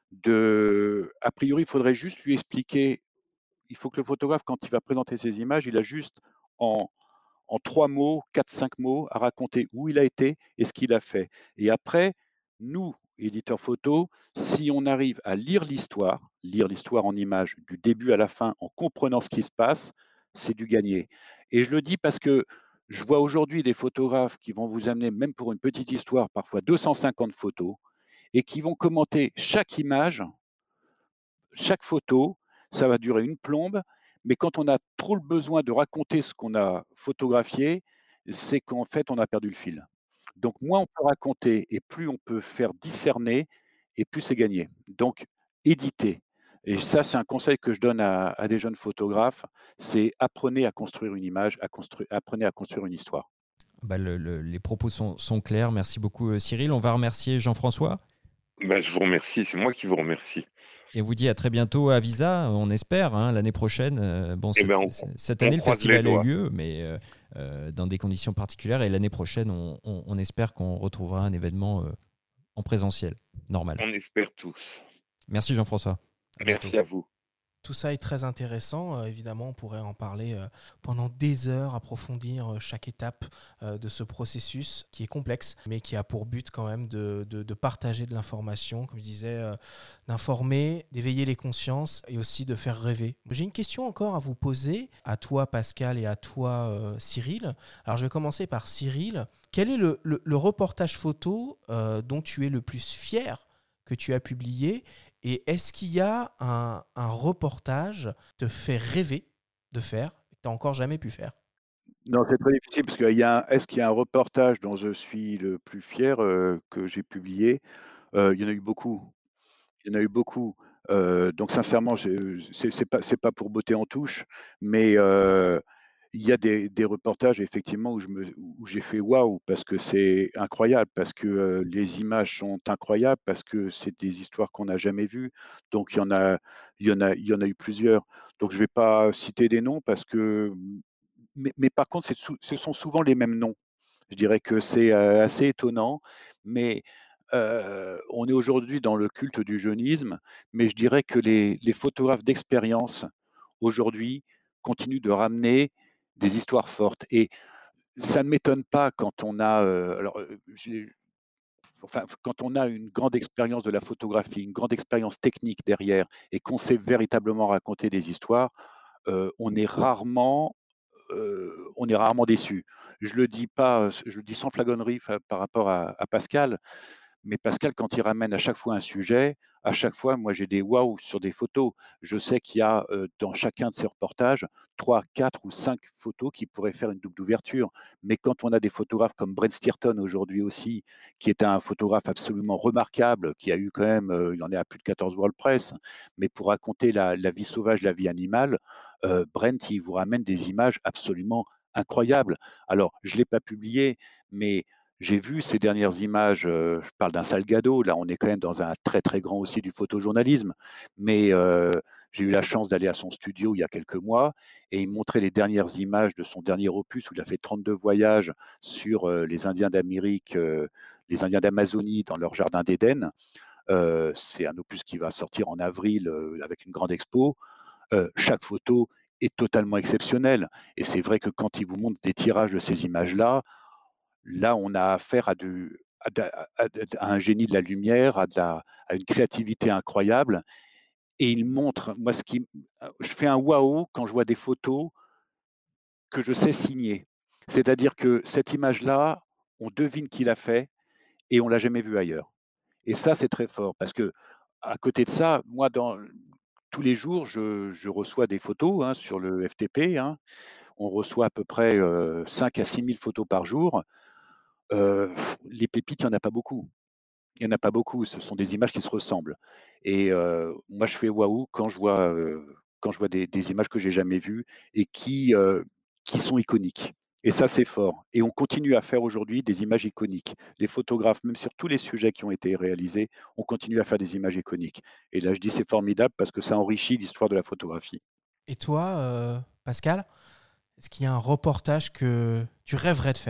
de a priori, il faudrait juste lui expliquer il faut que le photographe, quand il va présenter ses images, il a juste en en trois mots, quatre cinq mots à raconter où il a été et ce qu'il a fait. Et après, nous, éditeurs photo, si on arrive à lire l'histoire, lire l'histoire en images du début à la fin en comprenant ce qui se passe, c'est du gagné. Et je le dis parce que je vois aujourd'hui des photographes qui vont vous amener, même pour une petite histoire, parfois deux cent cinquante photos, et qui vont commenter chaque image chaque photo, ça va durer une plombe, mais quand on a trop le besoin de raconter ce qu'on a photographié, c'est qu'en fait, on a perdu le fil. Donc moins on peut raconter et plus on peut faire discerner et plus c'est gagné. Donc éditer. Et ça, c'est un conseil que je donne à, à des jeunes photographes, c'est apprenez à construire une image, à construire, apprenez à construire une histoire. Bah, le- le- les propos sont, sont clairs. Merci beaucoup, euh, Cyril. On va remercier Jean-François Ben, je vous remercie, c'est moi qui vous remercie. et on vous dit à très bientôt à Visa, on espère, hein, l'année prochaine. Euh, bon, Eh cette, ben, on- c- cette on année, le croise les festival a eu doigts. lieu, mais euh, euh, dans des conditions particulières. Et l'année prochaine, on, on- on espère qu'on retrouvera un événement euh, en présentiel, normal. On espère tous. Merci Jean-François. À bientôt. Merci à vous. Tout ça est très intéressant. Euh, évidemment, on pourrait en parler euh, pendant des heures, approfondir euh, chaque étape euh, de ce processus qui est complexe, mais qui a pour but quand même de, de- de partager de l'information, comme je disais, euh, d'informer, d'éveiller les consciences et aussi de faire rêver. J'ai une question encore à vous poser, à toi Pascal et à toi euh, Cyril. Alors je vais commencer par Cyril. Quel est le, le- le reportage photo euh, dont tu es le plus fier que tu as publié? Et est-ce qu'il y a un, un reportage qui te fait rêver de faire, que tu n'as encore jamais pu faire? Non, c'est très difficile parce qu'il y a un est-ce qu'il y a un reportage dont je suis le plus fier, heu, que j'ai publié? Heu, il y en a eu beaucoup. Il y en a eu beaucoup. Heu, donc sincèrement, je c'est c'est pas c'est pas pour botter en touche, mais heu, il y a des des reportages effectivement où je me où j'ai fait: «Waouh!» parce que c'est incroyable, parce que, heu, les images sont incroyables, parce que c'est des histoires qu'on n'a jamais vues. Donc il y en a il y en a il y en a eu plusieurs. Donc je vais pas citer des noms parce que, mmh, mais mais par contre, c'est sou ce sont souvent les mêmes noms. Je dirais que c'est, heu, assez étonnant, mais heu, on est aujourd'hui dans le culte du jeunisme, mais je dirais que les les photographes d'expérience, aujourd'hui, continuent de ramener des histoires fortes et ça ne m'étonne pas quand on a, heu, alors, heu, j'ai enfin, quand on a une grande expérience de la photographie, une grande expérience technique derrière et qu'on sait véritablement raconter des histoires, heu, on est rarement heu, on est rarement déçu. Je le dis pas, je le dis sans flagonnerie fa par rapport à à Pascal, mais Pascal, quand il ramène à chaque fois un sujet, à chaque fois, moi, j'ai des waouh sur des photos. Je sais qu'il y a, heu, dans chacun de ces reportages, trois, quatre ou cinq photos qui pourraient faire une double d'ouverture. Mais quand on a des photographes comme Brent Stearton aujourd'hui aussi, qui est un photographe absolument remarquable, qui a eu quand même, heu, il en est à plus de quatorze World Press, mais pour raconter la la vie sauvage, la vie animale, heu, Brent, il vous ramène des images absolument incroyables. Alors, je ne l'ai pas publié, mais j'ai vu ces dernières images, heu, je parle d'un Salgado, là on est quand même dans un très, très grand aussi du photojournalisme, mais heu, j'ai eu la chance d'aller à son studio il y a quelques mois et il me montrait les dernières images de son dernier opus où il a fait trente-deux voyages sur, heu, les Indiens d'Amérique, heu, les Indiens d'Amazonie dans leur jardin d'Éden. Heu, c'est un opus qui va sortir en avril, heu, avec une grande expo. Heu, chaque photo est totalement exceptionnelle et c'est vrai que quand il vous montre des tirages de ces images-là, là, on a affaire à du à de à de à un génie de la lumière, à de la à une créativité incroyable et il montre, moi ce qui m je fais un waouh quand je vois des photos que je sais signer. C'est-à-dire que cette image-là, on devine qui l'a fait et on l'a jamais vue ailleurs et ça, c'est très fort parce que à côté de ça, moi dans tous les jours, je je reçois des photos, hein, sur le F T P, hein. On reçoit à peu près, heu, cinq à six mille photos par jour. Heu, les pépites, il y en a pas beaucoup. Il y en a pas beaucoup, ce sont des images qui se ressemblent et heu, moi je fais waouh quand je vois, heu, quand je vois des des images que j'ai jamais vues et qui, heu, qui sont iconiques. Et ça, c'est fort. Et on continue à faire aujourd'hui des images iconiques. Les photographes, même sur tous les sujets qui ont été réalisés, on continue à faire des images iconiques. Et là, je dis c'est formidable parce que ça enrichit l'histoire de la photographie. Et toi, euh, Pascal, est-ce qu'il y a un reportage que tu rêverais de faire ?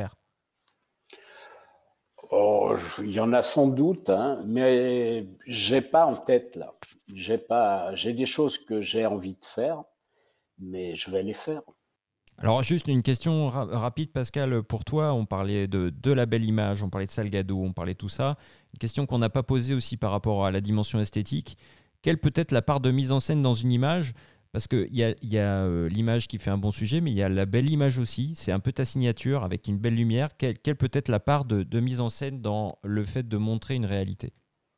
Oh, il y en a sans doute, hein, mais j'ai pas en tête là. J'ai pas, j'ai des choses que j'ai envie de faire, mais je vais les faire. Alors juste une question ra- rapide, Pascal, pour toi. On parlait de, de la belle image, on parlait de Salgado, on parlait de tout ça. Une question qu'on n'a pas posée aussi par rapport à la dimension esthétique. Quelle peut être la part de mise en scène dans une image ? Parce qu'il y a, y a euh, l'image qui fait un bon sujet, mais il y a la belle image aussi. C'est un peu ta signature avec une belle lumière. Quelle, quelle peut être la part de, de mise en scène dans le fait de montrer une réalité ?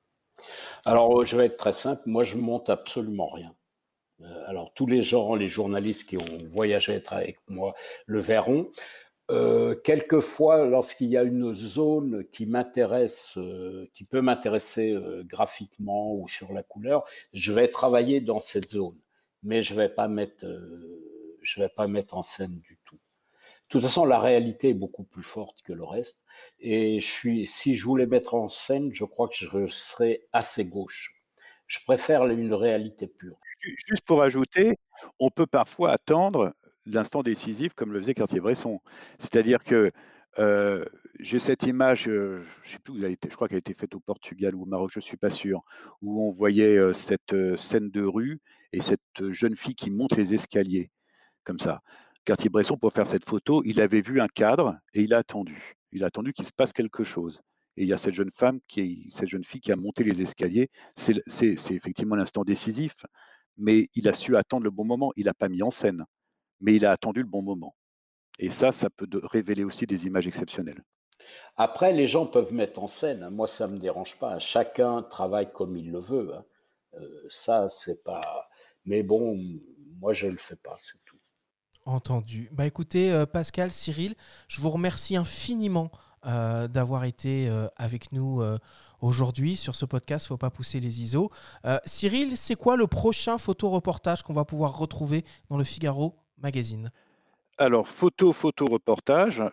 Alors, je vais être très simple. Moi, je monte absolument rien. Alors, tous les gens, les journalistes qui ont voyagé avec moi le verront. Euh, quelquefois, lorsqu'il y a une zone qui m'intéresse, euh, qui peut m'intéresser euh, graphiquement ou sur la couleur, je vais travailler dans cette zone, mais je vais pas mettre, euh, je vais pas mettre en scène du tout. De toute façon, la réalité est beaucoup plus forte que le reste. Et je suis, si je voulais mettre en scène, je crois que je serais assez gauche. Je préfère une réalité pure. Juste pour ajouter, on peut parfois attendre l'instant décisif comme le faisait Cartier-Bresson. C'est-à-dire que euh, j'ai cette image, euh, je sais plus où elle a été, je crois qu'elle a été faite au Portugal ou au Maroc, je suis pas sûr, où on voyait euh, cette euh, scène de rue et cette jeune fille qui monte les escaliers comme ça. Cartier-Bresson, pour faire cette photo, il avait vu un cadre et il a attendu. Il a attendu qu'il se passe quelque chose. Et il y a cette jeune femme, qui est, cette jeune fille qui a monté les escaliers. C'est, c'est, c'est effectivement l'instant décisif, mais il a su attendre le bon moment. Il n'a pas mis en scène, mais il a attendu le bon moment. Et ça, ça peut de, révéler aussi des images exceptionnelles. Après, les gens peuvent mettre en scène. Moi, ça ne me dérange pas. Chacun travaille comme il le veut. Hein. Euh, ça, c'est pas... Mais bon, moi, je ne le fais pas, c'est tout. Entendu. Bah écoutez, euh, Pascal, Cyril, je vous remercie infiniment euh, d'avoir été euh, avec nous euh, aujourd'hui sur ce podcast. Faut pas pousser les I S O. Euh, Cyril, c'est quoi le prochain photo-reportage qu'on va pouvoir retrouver dans le Figaro Magazine ? Alors, photo, photo, reportage.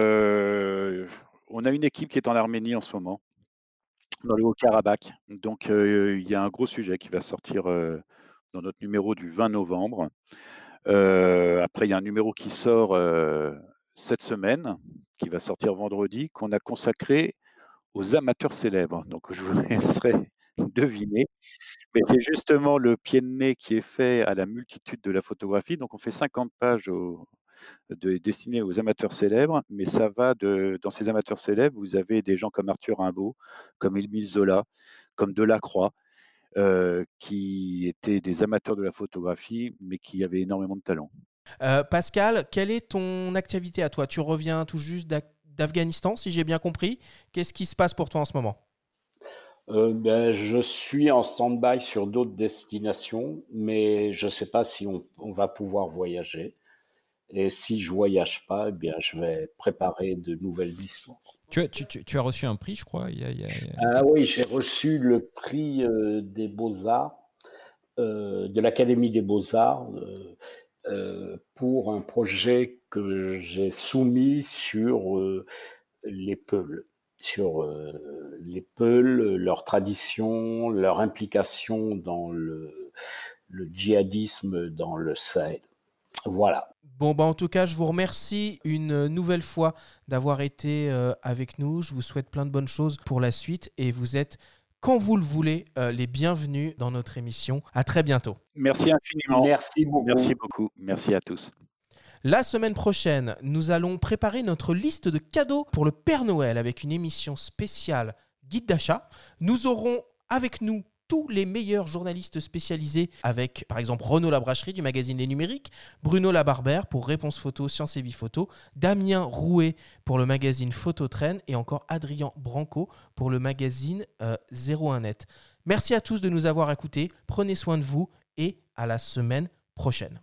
Euh, on a une équipe qui est en Arménie en ce moment, dans le Haut-Karabakh. Donc, euh, il y a un gros sujet qui va sortir euh, dans notre numéro du vingt novembre. Euh, après, il y a un numéro qui sort euh, cette semaine, qui va sortir vendredi, qu'on a consacré aux amateurs célèbres. Donc, je vous laisserai deviner. Mais c'est justement le pied de nez qui est fait à la multitude de la photographie. Donc, on fait cinquante pages au, de, destinées aux amateurs célèbres, mais ça va de, dans ces amateurs célèbres, vous avez des gens comme Arthur Rimbaud, comme Émile Zola, comme Delacroix, Euh, qui étaient des amateurs de la photographie, mais qui avaient énormément de talent. Euh, Pascal, quelle est ton activité à toi ? Tu reviens tout juste d'Afghanistan, si j'ai bien compris. Qu'est-ce qui se passe pour toi en ce moment ? euh, ben, Je suis en stand-by sur d'autres destinations, mais je ne sais pas si on, on va pouvoir voyager. Et si je ne voyage pas, eh bien, je vais préparer de nouvelles histoires. Tu as, tu, tu, tu as reçu un prix, je crois il y a, il y a, il y a... Ah oui, j'ai reçu le prix euh, des Beaux-Arts, euh, de l'Académie des Beaux-Arts, euh, euh, pour un projet que j'ai soumis sur euh, les Peuls, sur euh, les Peuls, leur tradition, leur implication dans le, le djihadisme dans le Sahel. Voilà. Bon, bah en tout cas, je vous remercie une nouvelle fois d'avoir été euh, avec nous. Je vous souhaite plein de bonnes choses pour la suite et vous êtes, quand vous le voulez, euh, les bienvenus dans notre émission. À très bientôt. Merci infiniment. Merci beaucoup. Merci beaucoup. Merci à tous. La semaine prochaine, nous allons préparer notre liste de cadeaux pour le Père Noël avec une émission spéciale guide d'achat. Nous aurons avec nous tous les meilleurs journalistes spécialisés avec, par exemple, Renaud Labracherie du magazine Les Numériques, Bruno Labarbère pour Réponse Photo, Science et Vie Photo, Damien Rouet pour le magazine Phototrain et encore Adrien Branco pour le magazine euh, zéro un net. Merci à tous de nous avoir écoutés, prenez soin de vous et à la semaine prochaine.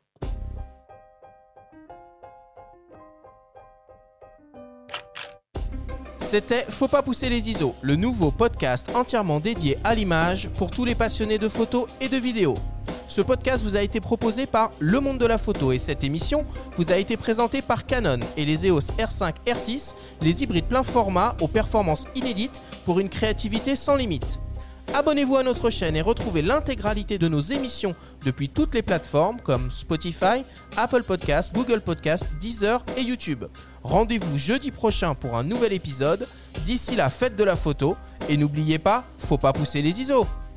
C'était Faut pas pousser les I S O, le nouveau podcast entièrement dédié à l'image pour tous les passionnés de photos et de vidéos. Ce podcast vous a été proposé par Le Monde de la Photo et cette émission vous a été présentée par Canon et les E O S R cinq, R six, les hybrides plein format aux performances inédites pour une créativité sans limite. Abonnez-vous à notre chaîne et retrouvez l'intégralité de nos émissions depuis toutes les plateformes comme Spotify, Apple Podcasts, Google Podcasts, Deezer et YouTube. Rendez-vous jeudi prochain pour un nouvel épisode. D'ici là, faites de la photo et n'oubliez pas, faut pas pousser les I S O.